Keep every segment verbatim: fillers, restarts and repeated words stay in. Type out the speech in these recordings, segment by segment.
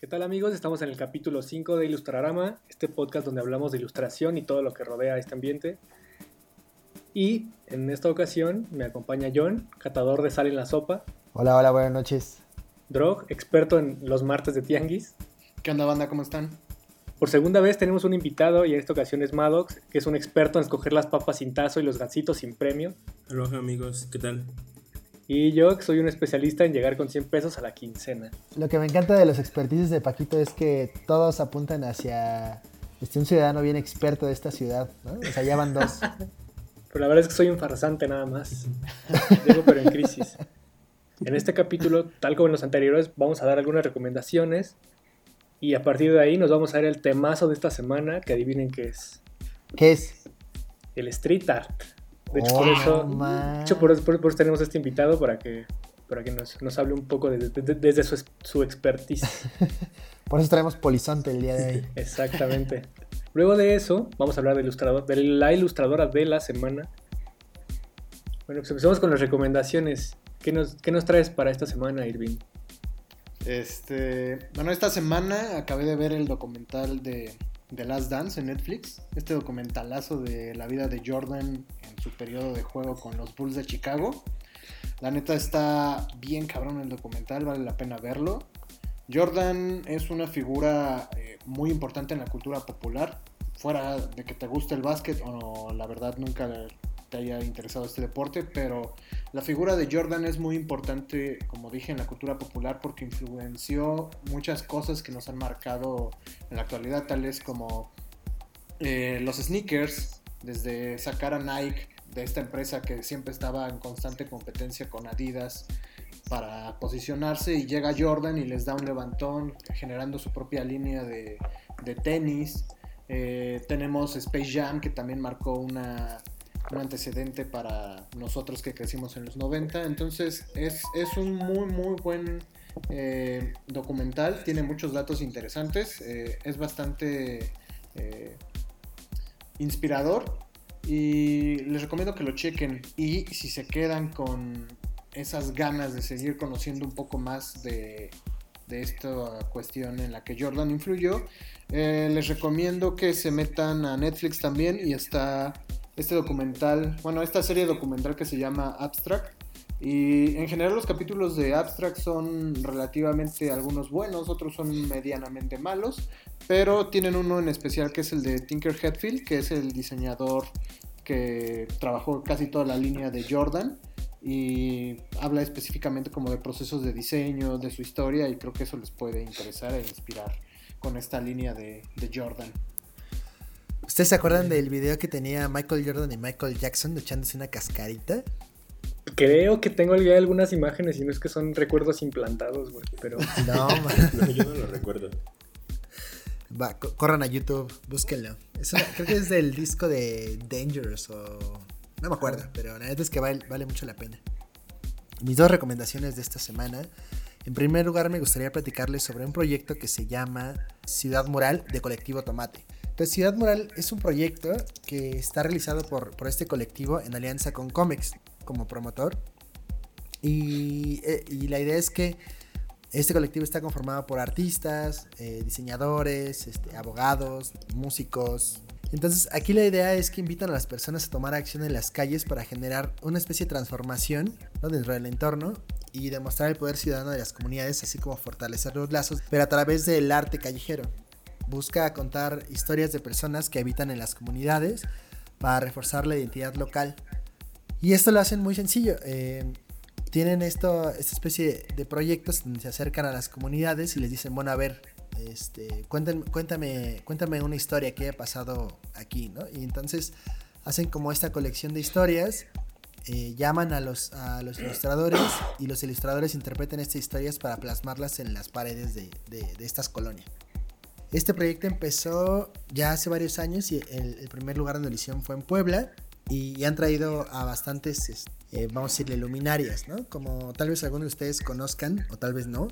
¿Qué tal amigos? Estamos en el capítulo cinco de Ilustrarama, este podcast donde hablamos de ilustración y todo lo que rodea este ambiente. Y en esta ocasión me acompaña John, catador de sal en la sopa, Hola, hola, buenas noches. Drog, experto en los martes de tianguis. ¿Qué onda, banda? ¿Cómo están? Por segunda vez tenemos un invitado y en esta ocasión es Maddox, que es un experto en escoger las papas sin tazo y los gansitos sin premio. Aloha amigos, ¿qué tal? Y yo, que soy un especialista en llegar con cien pesos a la quincena. Lo que me encanta de los expertices de Paquito es que todos apuntan hacia este, un ciudadano bien experto de esta ciudad, ¿no? O sea, ya van dos. Pero la verdad es que soy un farsante nada más. Llego pero en crisis. En este capítulo, tal como en los anteriores, vamos a dar algunas recomendaciones y a partir de ahí nos vamos a ver el temazo de esta semana, que adivinen qué es. ¿Qué es? El street art. De hecho, Oh, por eso, man. de hecho, por, eso, por, por eso tenemos a este invitado para que, para que nos, nos hable un poco de, de, de, desde su, su expertise. Por eso traemos Polizonte el día de hoy. Exactamente. Luego de eso, vamos a hablar de, ilustrador, de la ilustradora de la semana. Bueno, pues empezamos con las recomendaciones. ¿Qué nos, qué nos traes para esta semana, Irving? Este, bueno, esta semana acabé de ver el documental de The Last Dance en Netflix. Este documentalazo de la vida de Jordan en su periodo de juego con los Bulls de Chicago. La neta está bien cabrón el documental, vale la pena verlo. Jordan es una figura eh, muy importante en la cultura popular. Fuera de que te guste el básquet o no, la verdad nunca te haya interesado este deporte, pero la figura de Jordan es muy importante, como dije, en la cultura popular porque influenció muchas cosas que nos han marcado en la actualidad, tales como eh, los sneakers, desde sacar a Nike de esta empresa que siempre estaba en constante competencia con Adidas para posicionarse, y llega Jordan y les da un levantón generando su propia línea de, de tenis. Eh, tenemos Space Jam, que también marcó una un antecedente para nosotros que crecimos en los noventa. Entonces es, es un muy muy buen eh, documental, tiene muchos datos interesantes, eh, es bastante eh, inspirador y les recomiendo que lo chequen. Y si se quedan con esas ganas de seguir conociendo un poco más de, de esta cuestión en la que Jordan influyó, eh, les recomiendo que se metan a Netflix también y está este documental, bueno, esta serie documental que se llama Abstract. Y en general los capítulos de Abstract son relativamente algunos buenos, otros son medianamente malos, pero tienen uno en especial que es el de Tinker Hatfield, que es el diseñador que trabajó casi toda la línea de Jordan y habla específicamente como de procesos de diseño, de su historia, y creo que eso les puede interesar e inspirar con esta línea de, de Jordan. ¿Ustedes se acuerdan del video que tenía Michael Jordan y Michael Jackson echándose una cascarita? Creo que tengo ya algunas imágenes y no es que son recuerdos implantados, güey, pero... No, man. No, yo no lo recuerdo. Va, co- corran a YouTube, búsquenlo. Es una, creo que es del disco de Dangerous o... No me acuerdo, pero la neta es que vale, vale mucho la pena. Mis dos recomendaciones de esta semana. En primer lugar, me gustaría platicarles sobre un proyecto que se llama Ciudad Mural de Colectivo Tomate. Entonces, Ciudad Mural es un proyecto que está realizado por, por este colectivo en alianza con Comex como promotor. Y, eh, y la idea es que este colectivo está conformado por artistas, eh, diseñadores, este, abogados, músicos. Entonces, aquí la idea es que invitan a las personas a tomar acción en las calles para generar una especie de transformación, ¿no?, dentro del entorno y demostrar el poder ciudadano de las comunidades, así como fortalecer los lazos, pero a través del arte callejero. Busca contar historias de personas que habitan en las comunidades para reforzar la identidad local. Y esto lo hacen muy sencillo. Eh, tienen esto, esta especie de proyectos donde se acercan a las comunidades y les dicen, bueno, a ver, este, cuéntame, cuéntame, cuéntame una historia que haya pasado aquí, ¿no? Y entonces hacen como esta colección de historias, eh, llaman a los, a los ilustradores y los ilustradores interpretan estas historias para plasmarlas en las paredes de, de, de estas colonias. Este proyecto empezó ya hace varios años y el, el primer lugar donde lo hicieron fue en Puebla y, y han traído a bastantes, eh, vamos a decirle, luminarias, ¿no? Como tal vez algunos de ustedes conozcan o tal vez no.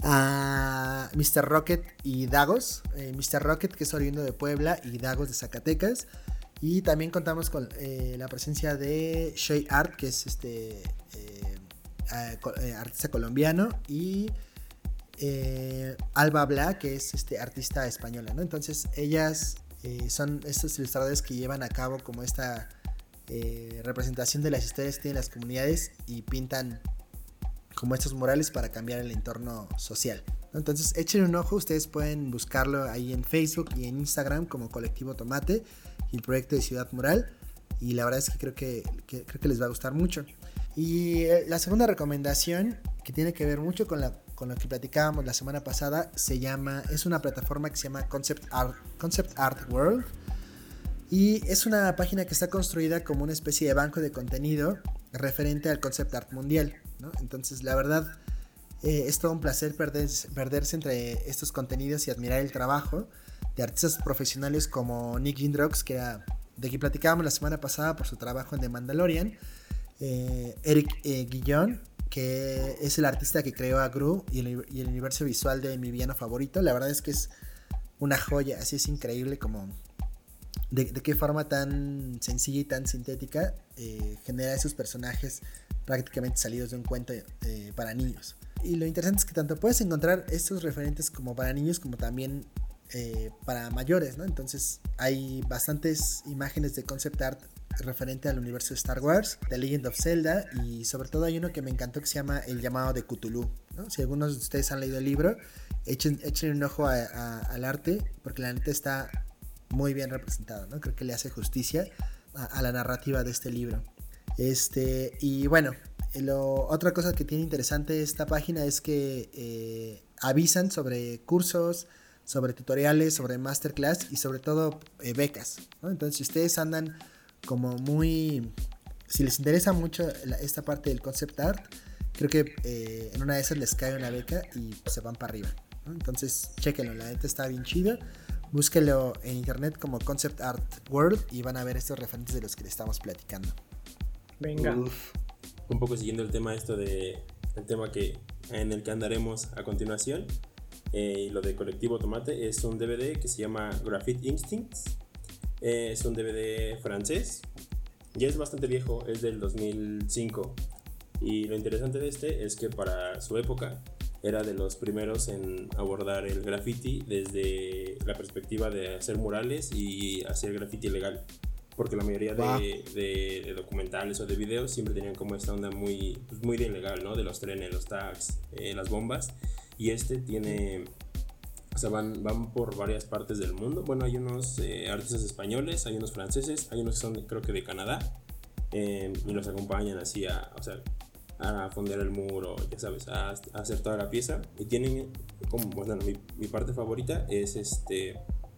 A mister Rocket y Dagos. Eh, mister Rocket, que es oriundo de Puebla, y Dagos de Zacatecas. Y también contamos con eh, la presencia de Shoy Art, que es este eh, eh, artista colombiano, y eh, Alba Bla, que es este, artista española, ¿no? Entonces ellas eh, son estos ilustradores que llevan a cabo como esta eh, representación de las historias que tienen las comunidades y pintan como estos murales para cambiar el entorno social, ¿no? Entonces echen un ojo, ustedes pueden buscarlo ahí en Facebook y en Instagram como Colectivo Tomate y el proyecto de Ciudad Mural, y la verdad es que creo que, que, creo que les va a gustar mucho. Y eh, la segunda recomendación, que tiene que ver mucho con, la, con lo que platicábamos la semana pasada, se llama, es una plataforma que se llama Concept Art, Concept Art World, y es una página que está construida como una especie de banco de contenido referente al concept art mundial, ¿no? Entonces la verdad eh, es todo un placer perderse, perderse entre estos contenidos y admirar el trabajo de artistas profesionales como Nick Jindrox, que era de quien platicábamos la semana pasada por su trabajo en The Mandalorian, eh, Eric eh, Guillon, que es el artista que creó a Gru y el, y el universo visual de mi villano favorito. La verdad es que es una joya, así es increíble como de, de qué forma tan sencilla y tan sintética eh, genera esos personajes prácticamente salidos de un cuento eh, para niños. Y lo interesante es que tanto puedes encontrar estos referentes como para niños como también eh, para mayores, ¿no? Entonces hay bastantes imágenes de concept art referente al universo de Star Wars, The Legend of Zelda, y sobre todo hay uno que me encantó que se llama El llamado de Cthulhu, ¿no? Si algunos de ustedes han leído el libro, echen, echen un ojo a, a, al arte, porque la neta está muy bien representado, ¿no? Creo que le hace justicia a, a la narrativa de este libro. Este, y bueno, lo, otra cosa que tiene interesante esta página es que eh, avisan sobre cursos, sobre tutoriales, sobre masterclass y sobre todo eh, becas, ¿no? Entonces si ustedes andan como muy, si les interesa mucho la, esta parte del concept art, creo que eh, en una de esas les cae una beca y pues, se van para arriba, ¿no? Entonces chéquenlo, la neta está bien chido, búsquenlo en internet como Concept Art World y van a ver estos referentes de los que les estamos platicando. Venga. Uf. Un poco siguiendo el tema esto de el tema que en el que andaremos a continuación, eh, lo de Colectivo Tomate, es un D V D que se llama Graffiti Instincts. Eh, es un D V D francés, ya es bastante viejo, es del dos mil cinco, y lo interesante de este es que para su época era de los primeros en abordar el graffiti desde la perspectiva de hacer murales y hacer graffiti legal, porque la mayoría wow. de, de, de documentales o de videos siempre tenían como esta onda muy, pues muy de ilegal, ¿no? De los trenes, los tags, eh, las bombas, y este tiene... O sea, van, van por varias partes del mundo. Bueno, hay unos eh, artistas españoles, hay unos franceses, hay unos que son, creo que de Canadá, eh, y los acompañan así a, o sea, a fondear el muro, ya sabes, a, a hacer toda la pieza. Y tienen, como, bueno, mi, mi parte favorita es este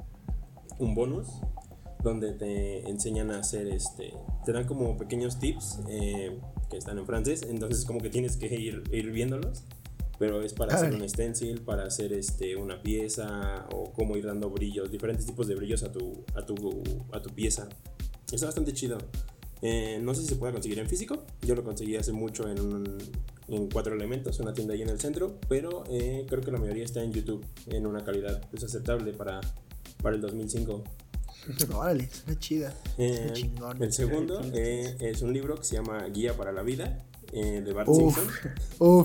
un bonus donde te enseñan a hacer, este, te dan como pequeños tips eh, que están en francés, entonces como que tienes que ir, ir viéndolos. Pero es para hacer un stencil, para hacer este, una pieza, o cómo ir dando brillos, diferentes tipos de brillos a tu, a tu, a tu pieza. Está bastante chido. Eh, no sé si se puede conseguir en físico. Yo lo conseguí hace mucho en, un, en Cuatro Elementos, una tienda ahí en el centro. Pero eh, creo que la mayoría está en YouTube, en una calidad pues, aceptable para, para el dos mil cinco. Órale, es una chida. Eh, es chingón. El segundo eh, es un libro que se llama Guía para la Vida, eh, de Bart Uf, Simpson. Uf.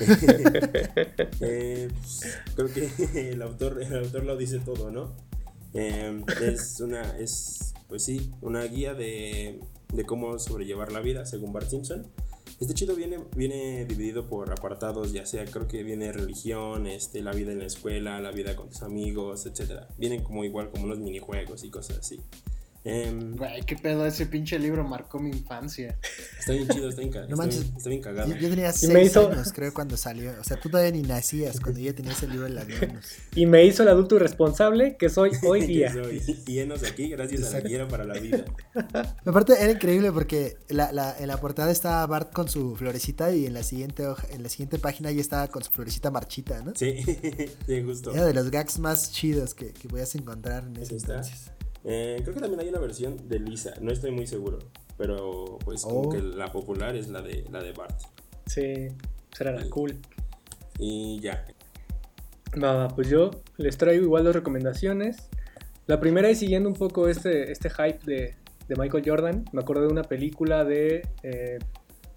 eh, pues, creo que el autor, el autor lo dice todo, ¿no? Eh, es una, es, pues sí, una guía de, de cómo sobrellevar la vida, según Bart Simpson. Este chido viene, viene dividido por apartados, ya sea, creo que viene religión, este, la vida en la escuela, la vida con tus amigos, etcétera. Vienen como igual como unos minijuegos y cosas así. Um, Güey, qué pedo, ese pinche libro marcó mi infancia. Está bien chido, está bien, ca- No está manches, bien, está bien cagado. Yo, yo tenía Y seis me hizo- años, creo, cuando salió. O sea, tú todavía ni nacías cuando ya tenías el libro en las manos. Y me hizo el adulto irresponsable que soy hoy Que día. soy. Y enos aquí gracias a la Exacto. guía para la vida. Aparte era increíble porque la, la, en la portada estaba Bart con su florecita y en la siguiente hoja, en la siguiente página ya estaba con su florecita marchita, ¿no? Sí, sí, justo. Era de los gags más chidos que, que podías encontrar en ese Ahí está. entonces. Eh, creo que también hay una versión de Lisa, no estoy muy seguro, pero pues como Oh. que la popular es la de la de Bart. Sí, será la cool. Y ya. Va, va, pues yo les traigo igual dos recomendaciones. La primera es siguiendo un poco este, este hype de, de Michael Jordan. Me acordé de una película de... Eh,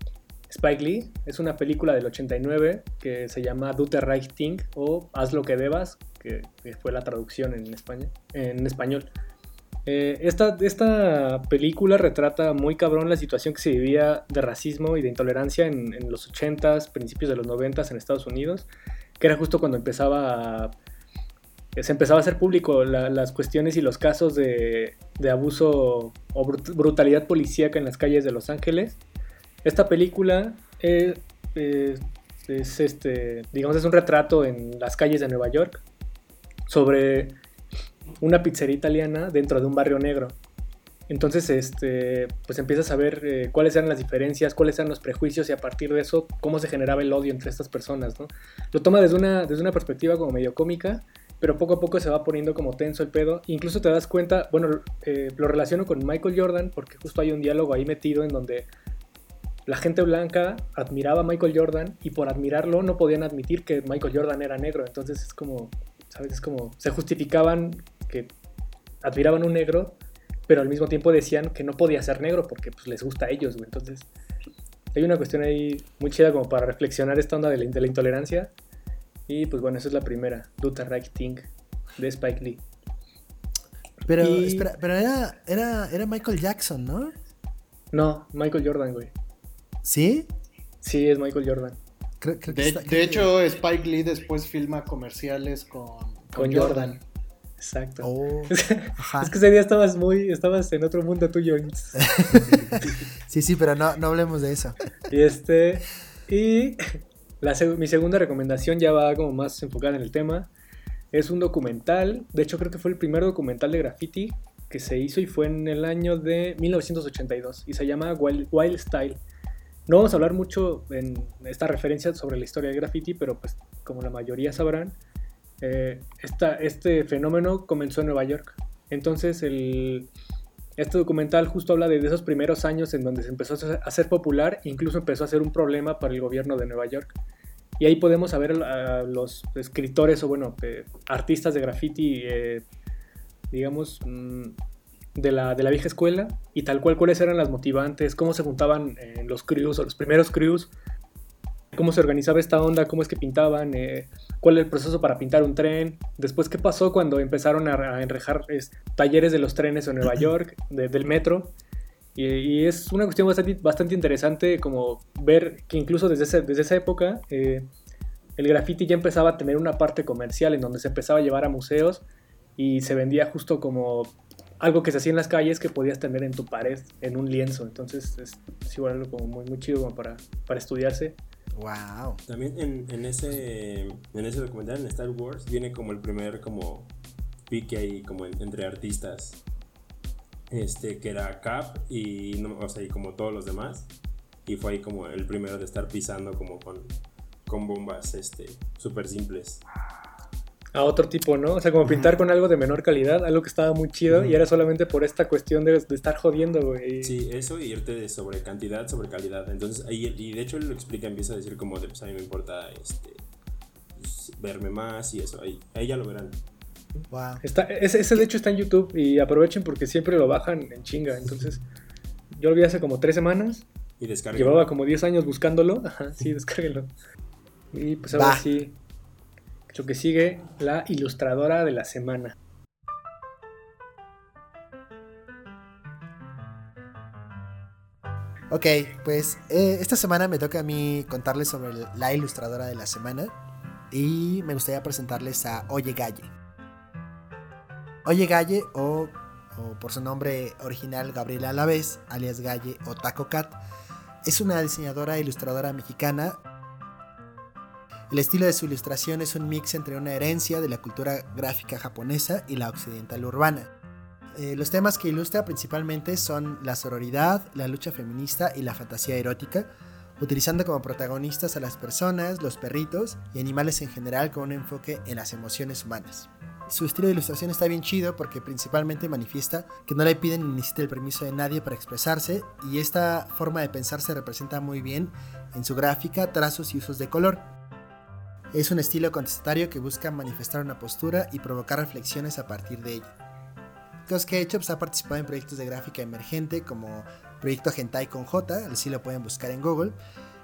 Spike Lee. Es una película del ochenta y nueve que se llama Do the Right Thing o Haz lo que debas, que, que fue la traducción en, España, en español. Eh, esta, esta película retrata muy cabrón la situación que se vivía de racismo y de intolerancia en, en los ochentas, principios de los noventas en Estados Unidos, que era justo cuando empezaba a, se empezaba a hacer público la, las cuestiones y los casos de, de abuso o brut, brutalidad policíaca en las calles de Los Ángeles. Esta película eh, eh, es, este, digamos, es un retrato en las calles de Nueva York sobre una pizzería italiana dentro de un barrio negro. Entonces, este, pues empiezas a ver eh, cuáles eran las diferencias, cuáles eran los prejuicios y a partir de eso, cómo se generaba el odio entre estas personas, ¿no? Lo toma desde una, desde una perspectiva como medio cómica, pero poco a poco se va poniendo como tenso el pedo. Incluso te das cuenta, bueno, eh, lo relaciono con Michael Jordan porque justo hay un diálogo ahí metido en donde la gente blanca admiraba a Michael Jordan y por admirarlo no podían admitir que Michael Jordan era negro. Entonces es como, ¿sabes? Es como, se justificaban que admiraban a un negro, pero al mismo tiempo decían que no podía ser negro porque pues, les gusta a ellos, güey. Entonces hay una cuestión ahí muy chida como para reflexionar esta onda de la, de la intolerancia. Y pues bueno, esa es la primera, Do the Right Thing, de Spike Lee. Pero, y... espera, pero era, era, era Michael Jackson, ¿no? No, Michael Jordan, güey. ¿Sí? Sí, es Michael Jordan. Creo, creo que de está, de creo hecho, que... Spike Lee después filma comerciales con, con, con Jordan. Jordan. Exacto. Oh, ajá. Es que ese día estabas muy, estabas en otro mundo tuyo. Sí, sí, pero no, no hablemos de eso. Y este, y la, mi segunda recomendación ya va como más enfocada en el tema. Es un documental, de hecho creo que fue el primer documental de graffiti que se hizo y fue en el año de mil novecientos ochenta y dos y se llama Wild, Wild Style. No vamos a hablar mucho en esta referencia sobre la historia del graffiti, pero pues como la mayoría sabrán, eh, esta, este fenómeno comenzó en Nueva York. Entonces el, este documental justo habla de, de esos primeros años en donde se empezó a hacer popular, incluso empezó a ser un problema para el gobierno de Nueva York. Y ahí podemos ver a los escritores o bueno, eh, artistas de graffiti, eh, digamos, mmm, de la, de la vieja escuela y tal cual cuáles eran las motivantes, cómo se juntaban eh, los crews o los primeros crews, cómo se organizaba esta onda, cómo es que pintaban, eh, cuál era el proceso para pintar un tren, después qué pasó cuando empezaron a, a enrejar es, talleres de los trenes en Nueva York, de, del metro. Y, y es una cuestión bastante, bastante interesante como ver que incluso desde, ese, desde esa época eh, el graffiti ya empezaba a tener una parte comercial en donde se empezaba a llevar a museos y se vendía justo como algo que se hacía en las calles que podías tener en tu pared, en un lienzo. Entonces es, es igual algo como muy, muy chido como para, para estudiarse. Wow. También en, en, ese, en ese documental, en Star Wars, viene como el primer como pique ahí como en, entre artistas. Este, que era Cap y, no, o sea, y como todos los demás. Y fue ahí como el primero de estar pisando como con, con bombas este, súper simples. A otro tipo, ¿no? O sea, como pintar con algo de menor calidad, algo que estaba muy chido, uh-huh. Y era solamente por esta cuestión de, de estar jodiendo, güey. Sí, eso y irte de sobre cantidad, sobre calidad. Entonces, ahí, y de hecho él lo explica, empieza a decir como de, pues a mí me importa este, pues, verme más y eso, ahí, ahí ya lo verán. Wow. Está, ese, ese de hecho está en YouTube y aprovechen porque siempre lo bajan en chinga. Entonces, yo lo vi hace como tres semanas. Y descárguenlo. Llevaba como diez años buscándolo. Ajá, sí, descárguenlo. Y pues ahora bah. sí. Lo que sigue, la ilustradora de la semana. Ok, pues eh, esta semana me toca a mí contarles sobre la ilustradora de la semana y me gustaría presentarles a Oye Galle. Oye Galle, o, o por su nombre original Gabriela Alavés, alias Galle o Taco Cat, es una diseñadora e ilustradora mexicana. El estilo de su ilustración es un mix entre una herencia de la cultura gráfica japonesa y la occidental urbana. Eh, los temas que ilustra principalmente son la sororidad, la lucha feminista y la fantasía erótica, utilizando como protagonistas a las personas, los perritos y animales en general con un enfoque en las emociones humanas. Su estilo de ilustración está bien chido porque principalmente manifiesta que no le piden ni necesita el permiso de nadie para expresarse, y esta forma de pensar se representa muy bien en su gráfica, trazos y usos de color. Es un estilo contestatario que busca manifestar una postura y provocar reflexiones a partir de ella. Cos Ketchup ha participado en proyectos de gráfica emergente como Proyecto Hentai con J, así lo pueden buscar en Google,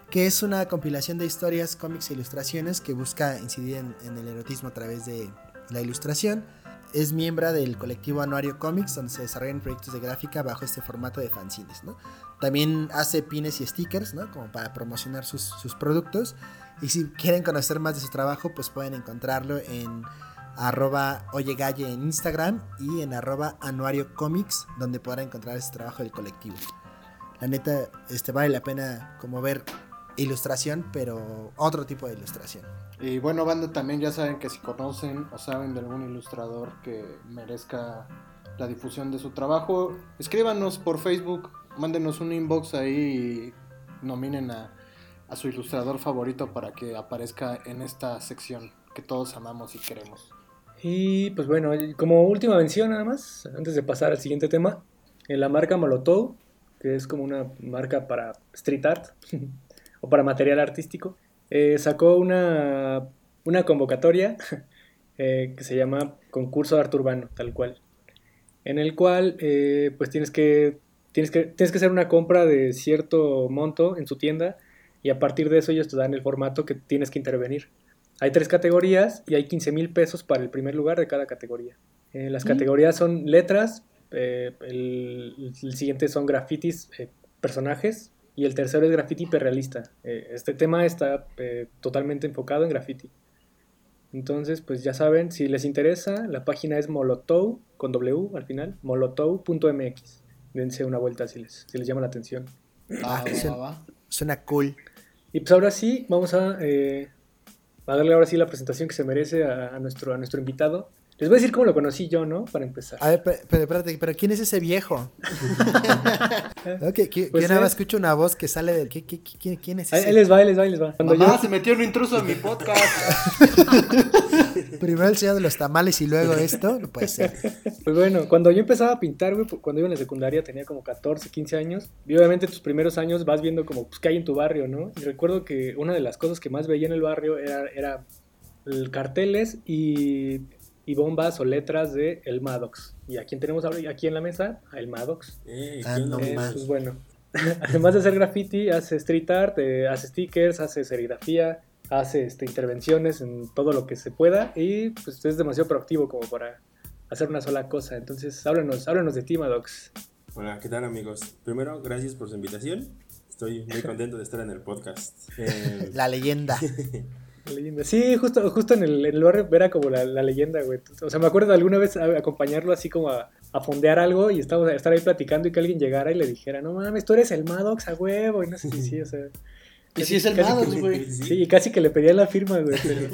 que es una compilación de historias, cómics e ilustraciones que busca incidir en, en el erotismo a través de la ilustración. Es miembro del colectivo Anuario Comics, donde se desarrollan proyectos de gráfica bajo este formato de fanzines, ¿no? También hace pines y stickers, ¿no? Como para promocionar sus, sus productos. Y si quieren conocer más de su trabajo, pues pueden encontrarlo en arroba oyegalle en Instagram y en arroba Anuario Comics, donde podrán encontrar este trabajo del colectivo. La neta, este, vale la pena como ver ilustración, pero otro tipo de ilustración. Y bueno, banda, también ya saben que si conocen o saben de algún ilustrador que merezca la difusión de su trabajo, escríbanos por Facebook, mándenos un inbox ahí y nominen a, a su ilustrador favorito para que aparezca en esta sección que todos amamos y queremos. Y pues bueno, como última mención nada más, antes de pasar al siguiente tema, en la marca Molotov, que es como una marca para street art o para material artístico, eh, sacó una, una convocatoria eh, que se llama Concurso de Arte Urbano, tal cual, en el cual eh, pues tienes que, tienes, que, tienes que hacer una compra de cierto monto en su tienda y a partir de eso ellos te dan el formato que tienes que intervenir. Hay tres categorías y hay quince mil pesos para el primer lugar de cada categoría. Eh, las ¿Sí? categorías son letras, eh, el, el siguiente son grafitis, eh, personajes, y el tercero es graffiti hiperrealista. Eh, este tema está eh, totalmente enfocado en graffiti. Entonces, pues ya saben, si les interesa, la página es Molotov, con W al final, molotov punto m x. Dense una vuelta si les, si les llama la atención. Ah, ah, suena, suena cool. Y pues ahora sí, vamos a, eh, a darle ahora sí la presentación que se merece a, a, nuestro, a nuestro invitado. Les voy a decir cómo lo conocí yo, ¿no? Para empezar. A ver, pero, pero espérate, ¿pero quién es ese viejo? ¿No? Que, que, pues yo nada más escucho una voz que sale del... ¿Qué, qué, quién, ¿Quién es ese? Ahí, ahí les va, ahí les va, ahí les va. Cuando Mamá, yo... se metió un intruso en mi podcast. Primero el señor de los tamales y luego esto, no puede ser. Pues bueno, cuando yo empezaba a pintar, güey, cuando iba en la secundaria tenía como catorce, quince años. Y obviamente tus primeros años vas viendo como, pues, qué hay en tu barrio, ¿no? Y recuerdo que una de las cosas que más veía en el barrio era, era el carteles y... y bombas o letras de el Maddox. ¿Y a quién tenemos ahora aquí en la mesa? A el Maddox. Eh, ah, no eh, más. Pues bueno, además de hacer graffiti, hace street art, eh, hace stickers, hace serigrafía, hace este, intervenciones en todo lo que se pueda y pues es demasiado proactivo como para hacer una sola cosa. Entonces, háblanos, háblanos de ti, Maddox. Hola, ¿qué tal, amigos? Primero, gracias por su invitación. Estoy muy contento de estar en el podcast. Eh... La leyenda. Leyenda. Sí, justo, justo en, el, en el barrio era como la, la leyenda, güey. O sea, me acuerdo de alguna vez acompañarlo así como a, a fondear algo y estábamos, estar ahí platicando y que alguien llegara y le dijera, no mames, tú eres el Maddox a huevo, y no sé si sí, o sea. Y si es el Maddox, güey. Sí, y casi que le pedían la firma, güey. Pero...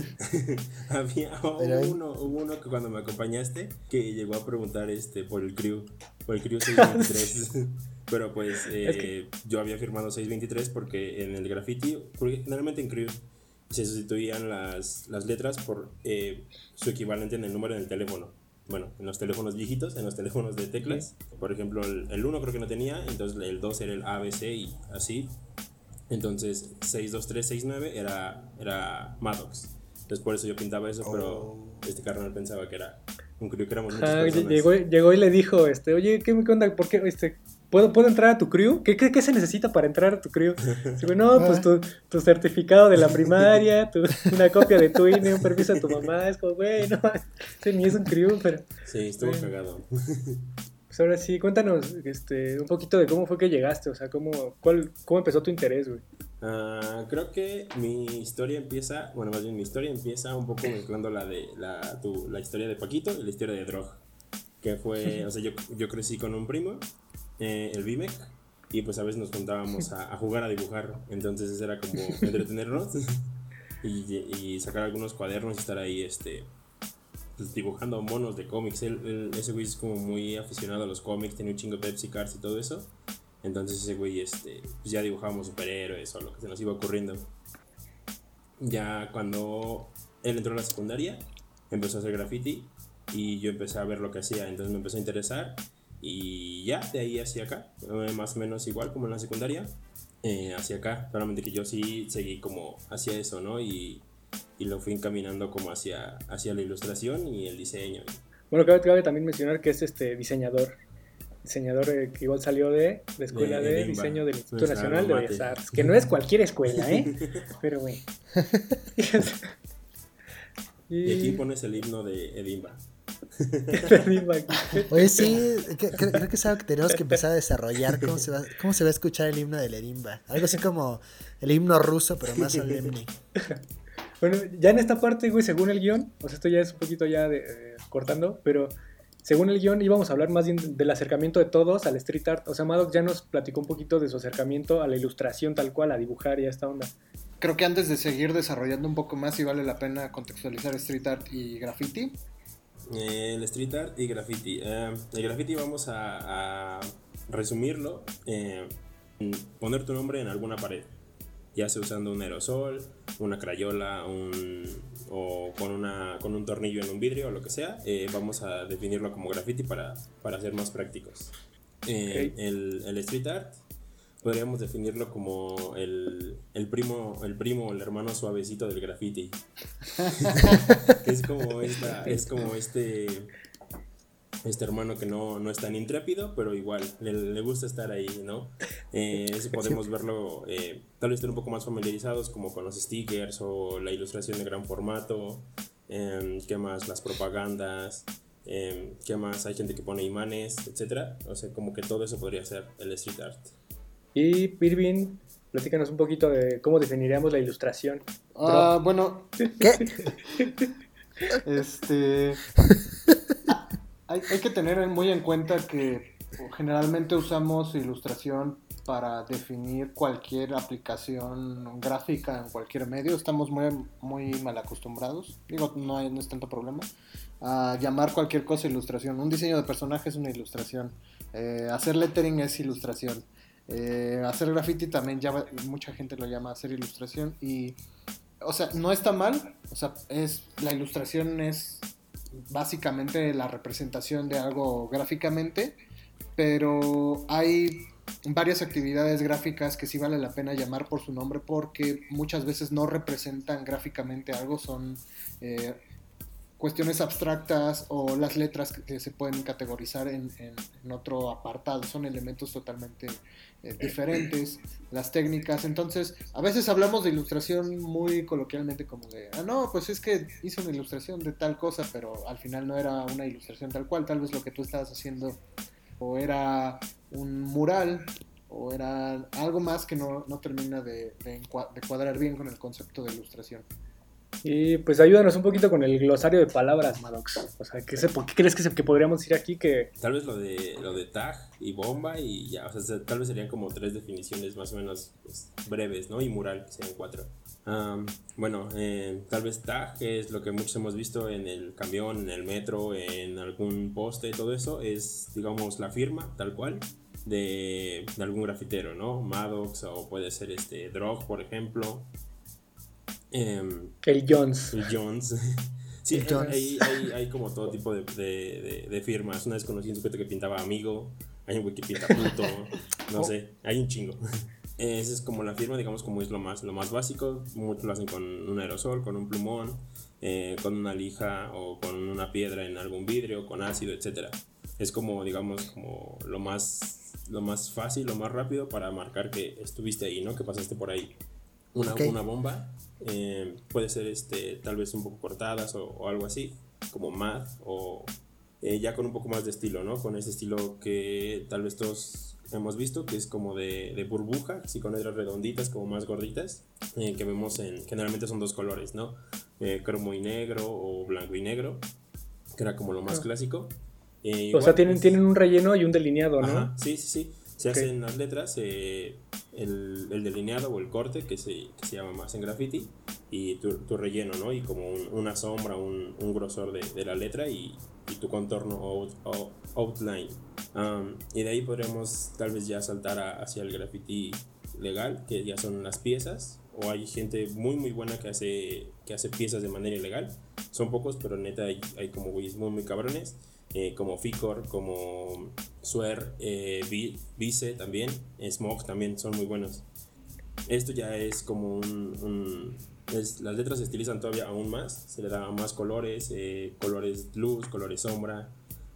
Había hubo pero hay... uno, hubo uno que cuando me acompañaste que llegó a preguntar este por el crew, por el crew seiscientos veintitrés. Pero pues eh, es que... yo había firmado seiscientos veintitrés porque en el graffiti, generalmente en crew, se sustituían las, las letras por eh, su equivalente en el número del teléfono. Bueno, en los teléfonos viejitos, en los teléfonos de teclas. Por ejemplo, el uno creo que no tenía, entonces el dos era el A, B, C y así. Entonces, seis dos tres seis nueve era, era Maddox. Entonces, por eso yo pintaba eso, oh. Pero este carnal pensaba que era un crew, que éramos muchas ah, personas. Llegó, llegó y le dijo, este, oye, ¿qué, qué onda? ¿Por qué, este... ¿Puedo, ¿Puedo entrar a tu crew? ¿Qué, qué, ¿Qué se necesita para entrar a tu crew? Sí, bueno, no, pues tu, tu certificado de la primaria, tu, una copia de tu I N E, un permiso a tu mamá. Es como, güey, no, ese ni es un crew, pero... Sí, estuvo bueno. Cagado. Pues ahora sí, cuéntanos este, un poquito de cómo fue que llegaste, o sea, cómo, cuál, cómo empezó tu interés, güey. Uh, creo que mi historia empieza, bueno, más bien mi historia empieza un poco mezclando la de la, tu, la historia de Paquito y la historia de Drog. Que fue, o sea, yo, yo crecí con un primo, eh, el Vimek, y pues a veces nos juntábamos a, a jugar a dibujar, entonces era como entretenernos y, y sacar algunos cuadernos y estar ahí este, pues, dibujando monos de cómics. Él, él, ese güey es como muy aficionado a los cómics, tiene un chingo de Pepsi Cards y todo eso, entonces ese güey este, pues ya dibujábamos superhéroes o lo que se nos iba ocurriendo. Ya cuando él entró a la secundaria, empezó a hacer graffiti y yo empecé a ver lo que hacía, entonces me empezó a interesar. Y ya, de ahí hacia acá, más o menos igual como en la secundaria, eh, hacia acá, solamente que yo sí seguí como hacia eso, ¿no? Y, y lo fui encaminando como hacia, hacia la ilustración y el diseño. Bueno, cabe, cabe también mencionar que es este diseñador. diseñador eh, que igual salió de la Escuela De de, Edimba, Diseño del Instituto nuestra Nacional de alma Bellas mater. Artes, que no es cualquier escuela, ¿eh? Pero bueno. Y aquí pones el himno de Edimba. Oye, sí, que- creo, creo que es algo que tenemos que empezar a desarrollar. ¿Cómo se va, cómo se va a escuchar el himno del Edimba? Algo así como el himno ruso, pero más solemne. Bueno, ya en esta parte, güey, según el guión, o sea, esto ya es un poquito ya de, eh, cortando, pero según el guión íbamos a hablar más bien del acercamiento de todos al street art. O sea, Maddox ya nos platicó un poquito de su acercamiento a la ilustración tal cual, a dibujar y a esta onda. Creo que antes de seguir desarrollando un poco más, sí vale la pena contextualizar street art y graffiti. Eh, el street art y graffiti. Eh, el graffiti vamos a, a resumirlo. Eh, poner tu nombre en alguna pared, ya sea usando un aerosol, una crayola, un, o con, una, con un tornillo en un vidrio o lo que sea. Eh, vamos a definirlo como graffiti para, para ser más prácticos. Eh, Okay. el, el street art podríamos definirlo como el, el primo, el primo, el hermano suavecito del graffiti. es como esta, es como este, este hermano que no, no es tan intrépido, pero igual le, le gusta estar ahí, ¿no? Eh, eso podemos verlo, eh, tal vez estar un poco más familiarizados como con los stickers o la ilustración de gran formato. Eh, ¿Qué más? Las propagandas. Eh, ¿Qué más? Hay gente que pone imanes, etcétera. O sea, como que todo eso podría ser el street art. Y Irving, platícanos un poquito de cómo definiríamos la ilustración. Ah, bueno, ¿Qué? este hay, hay que tener muy en cuenta que generalmente usamos ilustración para definir cualquier aplicación gráfica en cualquier medio. Estamos muy, muy mal acostumbrados, digo, no, hay, no es tanto problema, a llamar cualquier cosa ilustración. Un diseño de personaje es una ilustración, eh, hacer lettering es ilustración, eh, hacer graffiti también, ya mucha gente lo llama hacer ilustración. Y o sea, no está mal, o sea, es, la ilustración es básicamente la representación de algo gráficamente, pero hay varias actividades gráficas que sí vale la pena llamar por su nombre porque muchas veces no representan gráficamente algo, son eh, cuestiones abstractas o las letras que, que se pueden categorizar en, en, en otro apartado, son elementos totalmente eh, diferentes, las técnicas. Entonces a veces hablamos de ilustración muy coloquialmente como de, ah no, pues es que hizo una ilustración de tal cosa, pero al final no era una ilustración tal cual, tal vez lo que tú estabas haciendo o era un mural o era algo más que no, no termina de, de, de cuadrar bien con el concepto de ilustración. Y pues ayúdanos un poquito con el glosario de palabras, Maddox. O sea, ¿qué, se, ¿qué crees que, se, que podríamos decir aquí que...? Tal vez lo de, lo de tag y bomba y ya, o sea, tal vez serían como tres definiciones más o menos pues, breves, ¿no? Y mural, que serían cuatro. Um, bueno, eh, tal vez tag es lo que muchos hemos visto en el camión, en el metro, en algún poste, todo eso es, digamos, la firma, tal cual, de, de algún grafitero, ¿no? Maddox o puede ser este Drog, por ejemplo. Um, el Jones. El Jones. Sí, El Jones. Hay, hay, hay como todo tipo de, de, de, de firmas. Una vez conocí un sujeto que pintaba amigo. Hay un güey que pinta puto. No sé, hay un chingo. Esa es como la firma, digamos, como es lo más, lo más básico. Muchos lo hacen con un aerosol, con un plumón, eh, con una lija o con una piedra en algún vidrio, con ácido, etcétera. Es como, digamos, como lo más, lo más fácil, lo más rápido para marcar que estuviste ahí, ¿no? Que pasaste por ahí. Una, Okay. una bomba, eh, puede ser este, tal vez un poco cortadas o, o algo así, como matte o eh, ya con un poco más de estilo, ¿no? Con ese estilo que tal vez todos hemos visto, que es como de, de burbuja, así con letras redonditas, como más gorditas, eh, que vemos en, generalmente son dos colores, ¿no? Eh, cromo y negro o blanco y negro, que era como lo más Ah. clásico. Eh, O igual, sea, tienen, pues, tienen un relleno y un delineado, ¿no? Ajá, sí, sí, sí. Se Ok. hacen las letras, eh, el, el delineado o el corte, que se, que se llama más en graffiti, y tu, tu relleno, ¿no? Y como un, una sombra, un, un grosor de, de la letra y, y tu contorno o out, out, outline. Um, y de ahí podríamos tal vez ya saltar a, hacia el graffiti legal, que ya son las piezas. O hay gente muy muy buena que hace, que hace piezas de manera ilegal. Son pocos, pero neta hay, hay como güeyes muy muy cabrones. Eh, como Ficor, como Swear, eh, Vice también, Smoke también son muy buenos. Esto ya es como un... un es, las letras se estilizan todavía aún más, se le da más colores, eh, colores luz, colores sombra,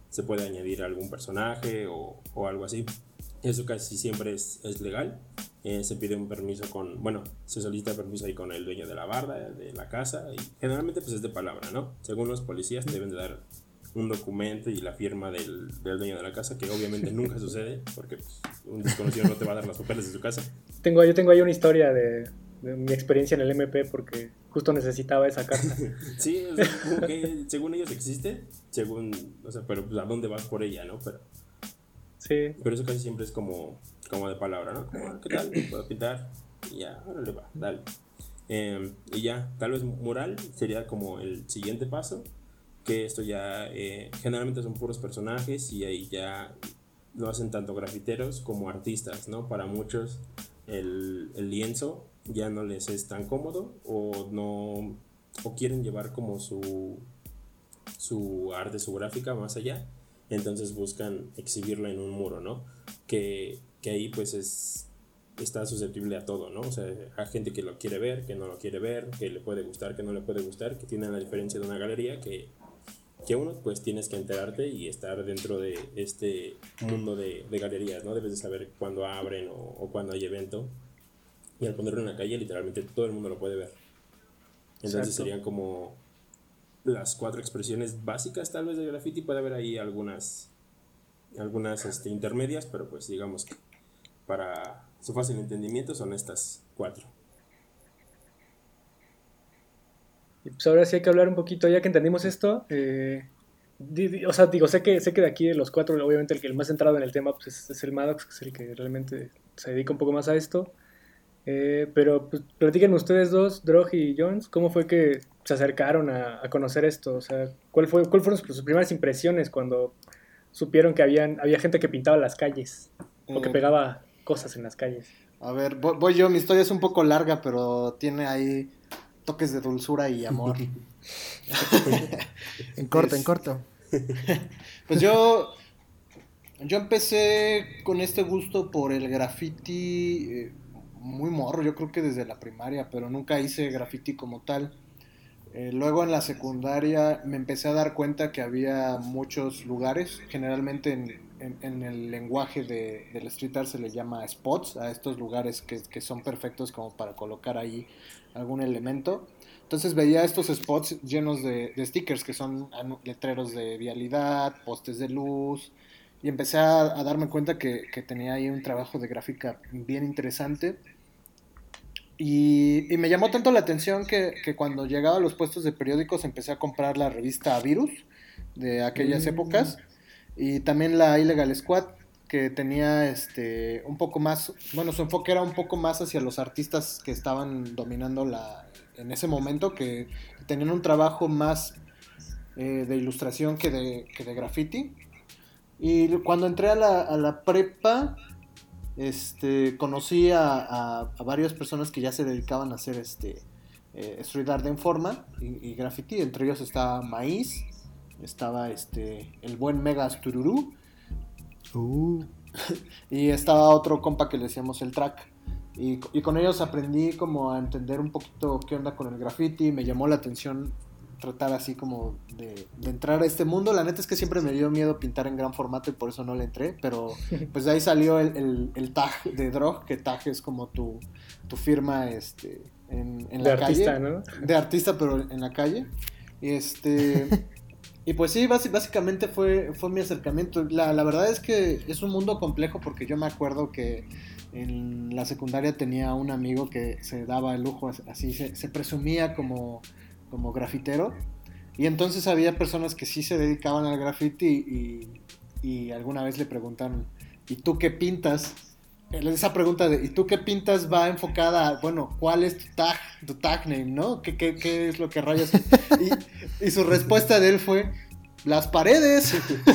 se puede añadir algún personaje o, o algo así. Eso casi siempre es, es legal. Eh, se pide un permiso con, bueno, se solicita permiso ahí con el dueño de la barda, de la casa, y generalmente pues es de palabra, ¿no? Según los policías te deben de dar un documento y la firma del, del dueño de la casa, que obviamente nunca sucede, porque pues, un desconocido no te va a dar los papeles de su casa. Tengo, yo tengo ahí una historia de, de mi experiencia en el M P porque justo necesitaba esa carta. Sí, o sea, como que según ellos existe, según, o sea, pero pues, ¿a dónde vas por ella, no? Pero, sí. pero eso casi siempre es como, como de palabra, ¿no? Como, ¿qué tal? ¿Puedo pintar? Y ya, órale, va, dale. Eh, y ya, tal vez mural sería como el siguiente paso, que esto ya eh, generalmente son puros personajes y ahí ya lo hacen tanto grafiteros como artistas, ¿no? Para muchos el, el lienzo ya no les es tan cómodo o no o quieren llevar como su su arte, su gráfica más allá, entonces buscan exhibirla en un muro, ¿no? Que, que ahí pues es está susceptible a todo, ¿no? O sea, hay gente que lo quiere ver, que no lo quiere ver, que le puede gustar, que no le puede gustar, que tiene la diferencia de una galería que que uno pues tienes que enterarte y estar dentro de este mundo de, de galerías, ¿no? Debes de saber cuándo abren o, o cuándo hay evento, y al ponerlo en la calle literalmente todo el mundo lo puede ver. Entonces Exacto. serían como las cuatro expresiones básicas tal vez de graffiti. Puede haber ahí algunas algunas este, intermedias, pero pues digamos que para su fácil entendimiento son estas cuatro. Y pues ahora sí hay que hablar un poquito, ya que entendimos esto, eh, di, di, o sea, digo, sé que, sé que de aquí de los cuatro, obviamente el que el más centrado en el tema pues es, es el Maddox, que es el que realmente se dedica un poco más a esto, eh, pero pues platiquen ustedes dos, Drog y Jones, ¿cómo fue que se acercaron a, a conocer esto? O sea, ¿cuál fue, ¿cuál fueron sus primeras impresiones cuando supieron que habían, había gente que pintaba las calles, o que pegaba cosas en las calles? A ver, voy, voy yo, mi historia es un poco larga, pero tiene ahí toques de dulzura y amor. En corto, es, en corto. Pues yo yo empecé con este gusto por el graffiti eh, muy morro, yo creo que desde la primaria, pero nunca hice graffiti como tal. Eh, luego en la secundaria me empecé a dar cuenta que había muchos lugares, generalmente en, en, en el lenguaje de, del street art se le llama spots, a estos lugares que, que son perfectos como para colocar ahí algún elemento. Entonces veía estos spots llenos de, de stickers que son letreros de vialidad, postes de luz, y empecé a, a darme cuenta que, que tenía ahí un trabajo de gráfica bien interesante. Y, y me llamó tanto la atención que, que cuando llegaba a los puestos de periódicos empecé a comprar la revista Virus de aquellas mm. épocas, y también la Illegal Squad, que tenía este un poco más, bueno, su enfoque era un poco más hacia los artistas que estaban dominando la en ese momento, que tenían un trabajo más eh, de ilustración que de, que de graffiti. Y cuando entré a la, a la prepa, este, conocí a, a, a varias personas que ya se dedicaban a hacer este, eh, street art en forma y, y graffiti. Entre ellos estaba Maíz, estaba este, el buen Megas Tururú, uh. y estaba otro compa que le decíamos el Track. Y, y con ellos aprendí como a entender un poquito qué onda con el graffiti. Me llamó la atención tratar así como de, de entrar a este mundo. La neta es que siempre me dio miedo pintar en gran formato y por eso no le entré, pero pues de ahí salió el, el, el tag de Drog, que tag es como tu, tu firma este, en, en la de calle. De artista, ¿no? De artista, pero en la calle. Y este... Y pues sí, básicamente fue, fue mi acercamiento. La, la verdad es que es un mundo complejo, porque yo me acuerdo que en la secundaria tenía un amigo que se daba el lujo, así se, se presumía como, como grafitero. Y entonces había personas que sí se dedicaban al graffiti y, y alguna vez le preguntaron, ¿y tú qué pintas? Esa pregunta de ¿y tú qué pintas? Va enfocada a, bueno, ¿cuál es tu tag, tu tag name, ¿no? ¿Qué, qué, qué es lo que rayas? Y, y su respuesta de él fue, las paredes.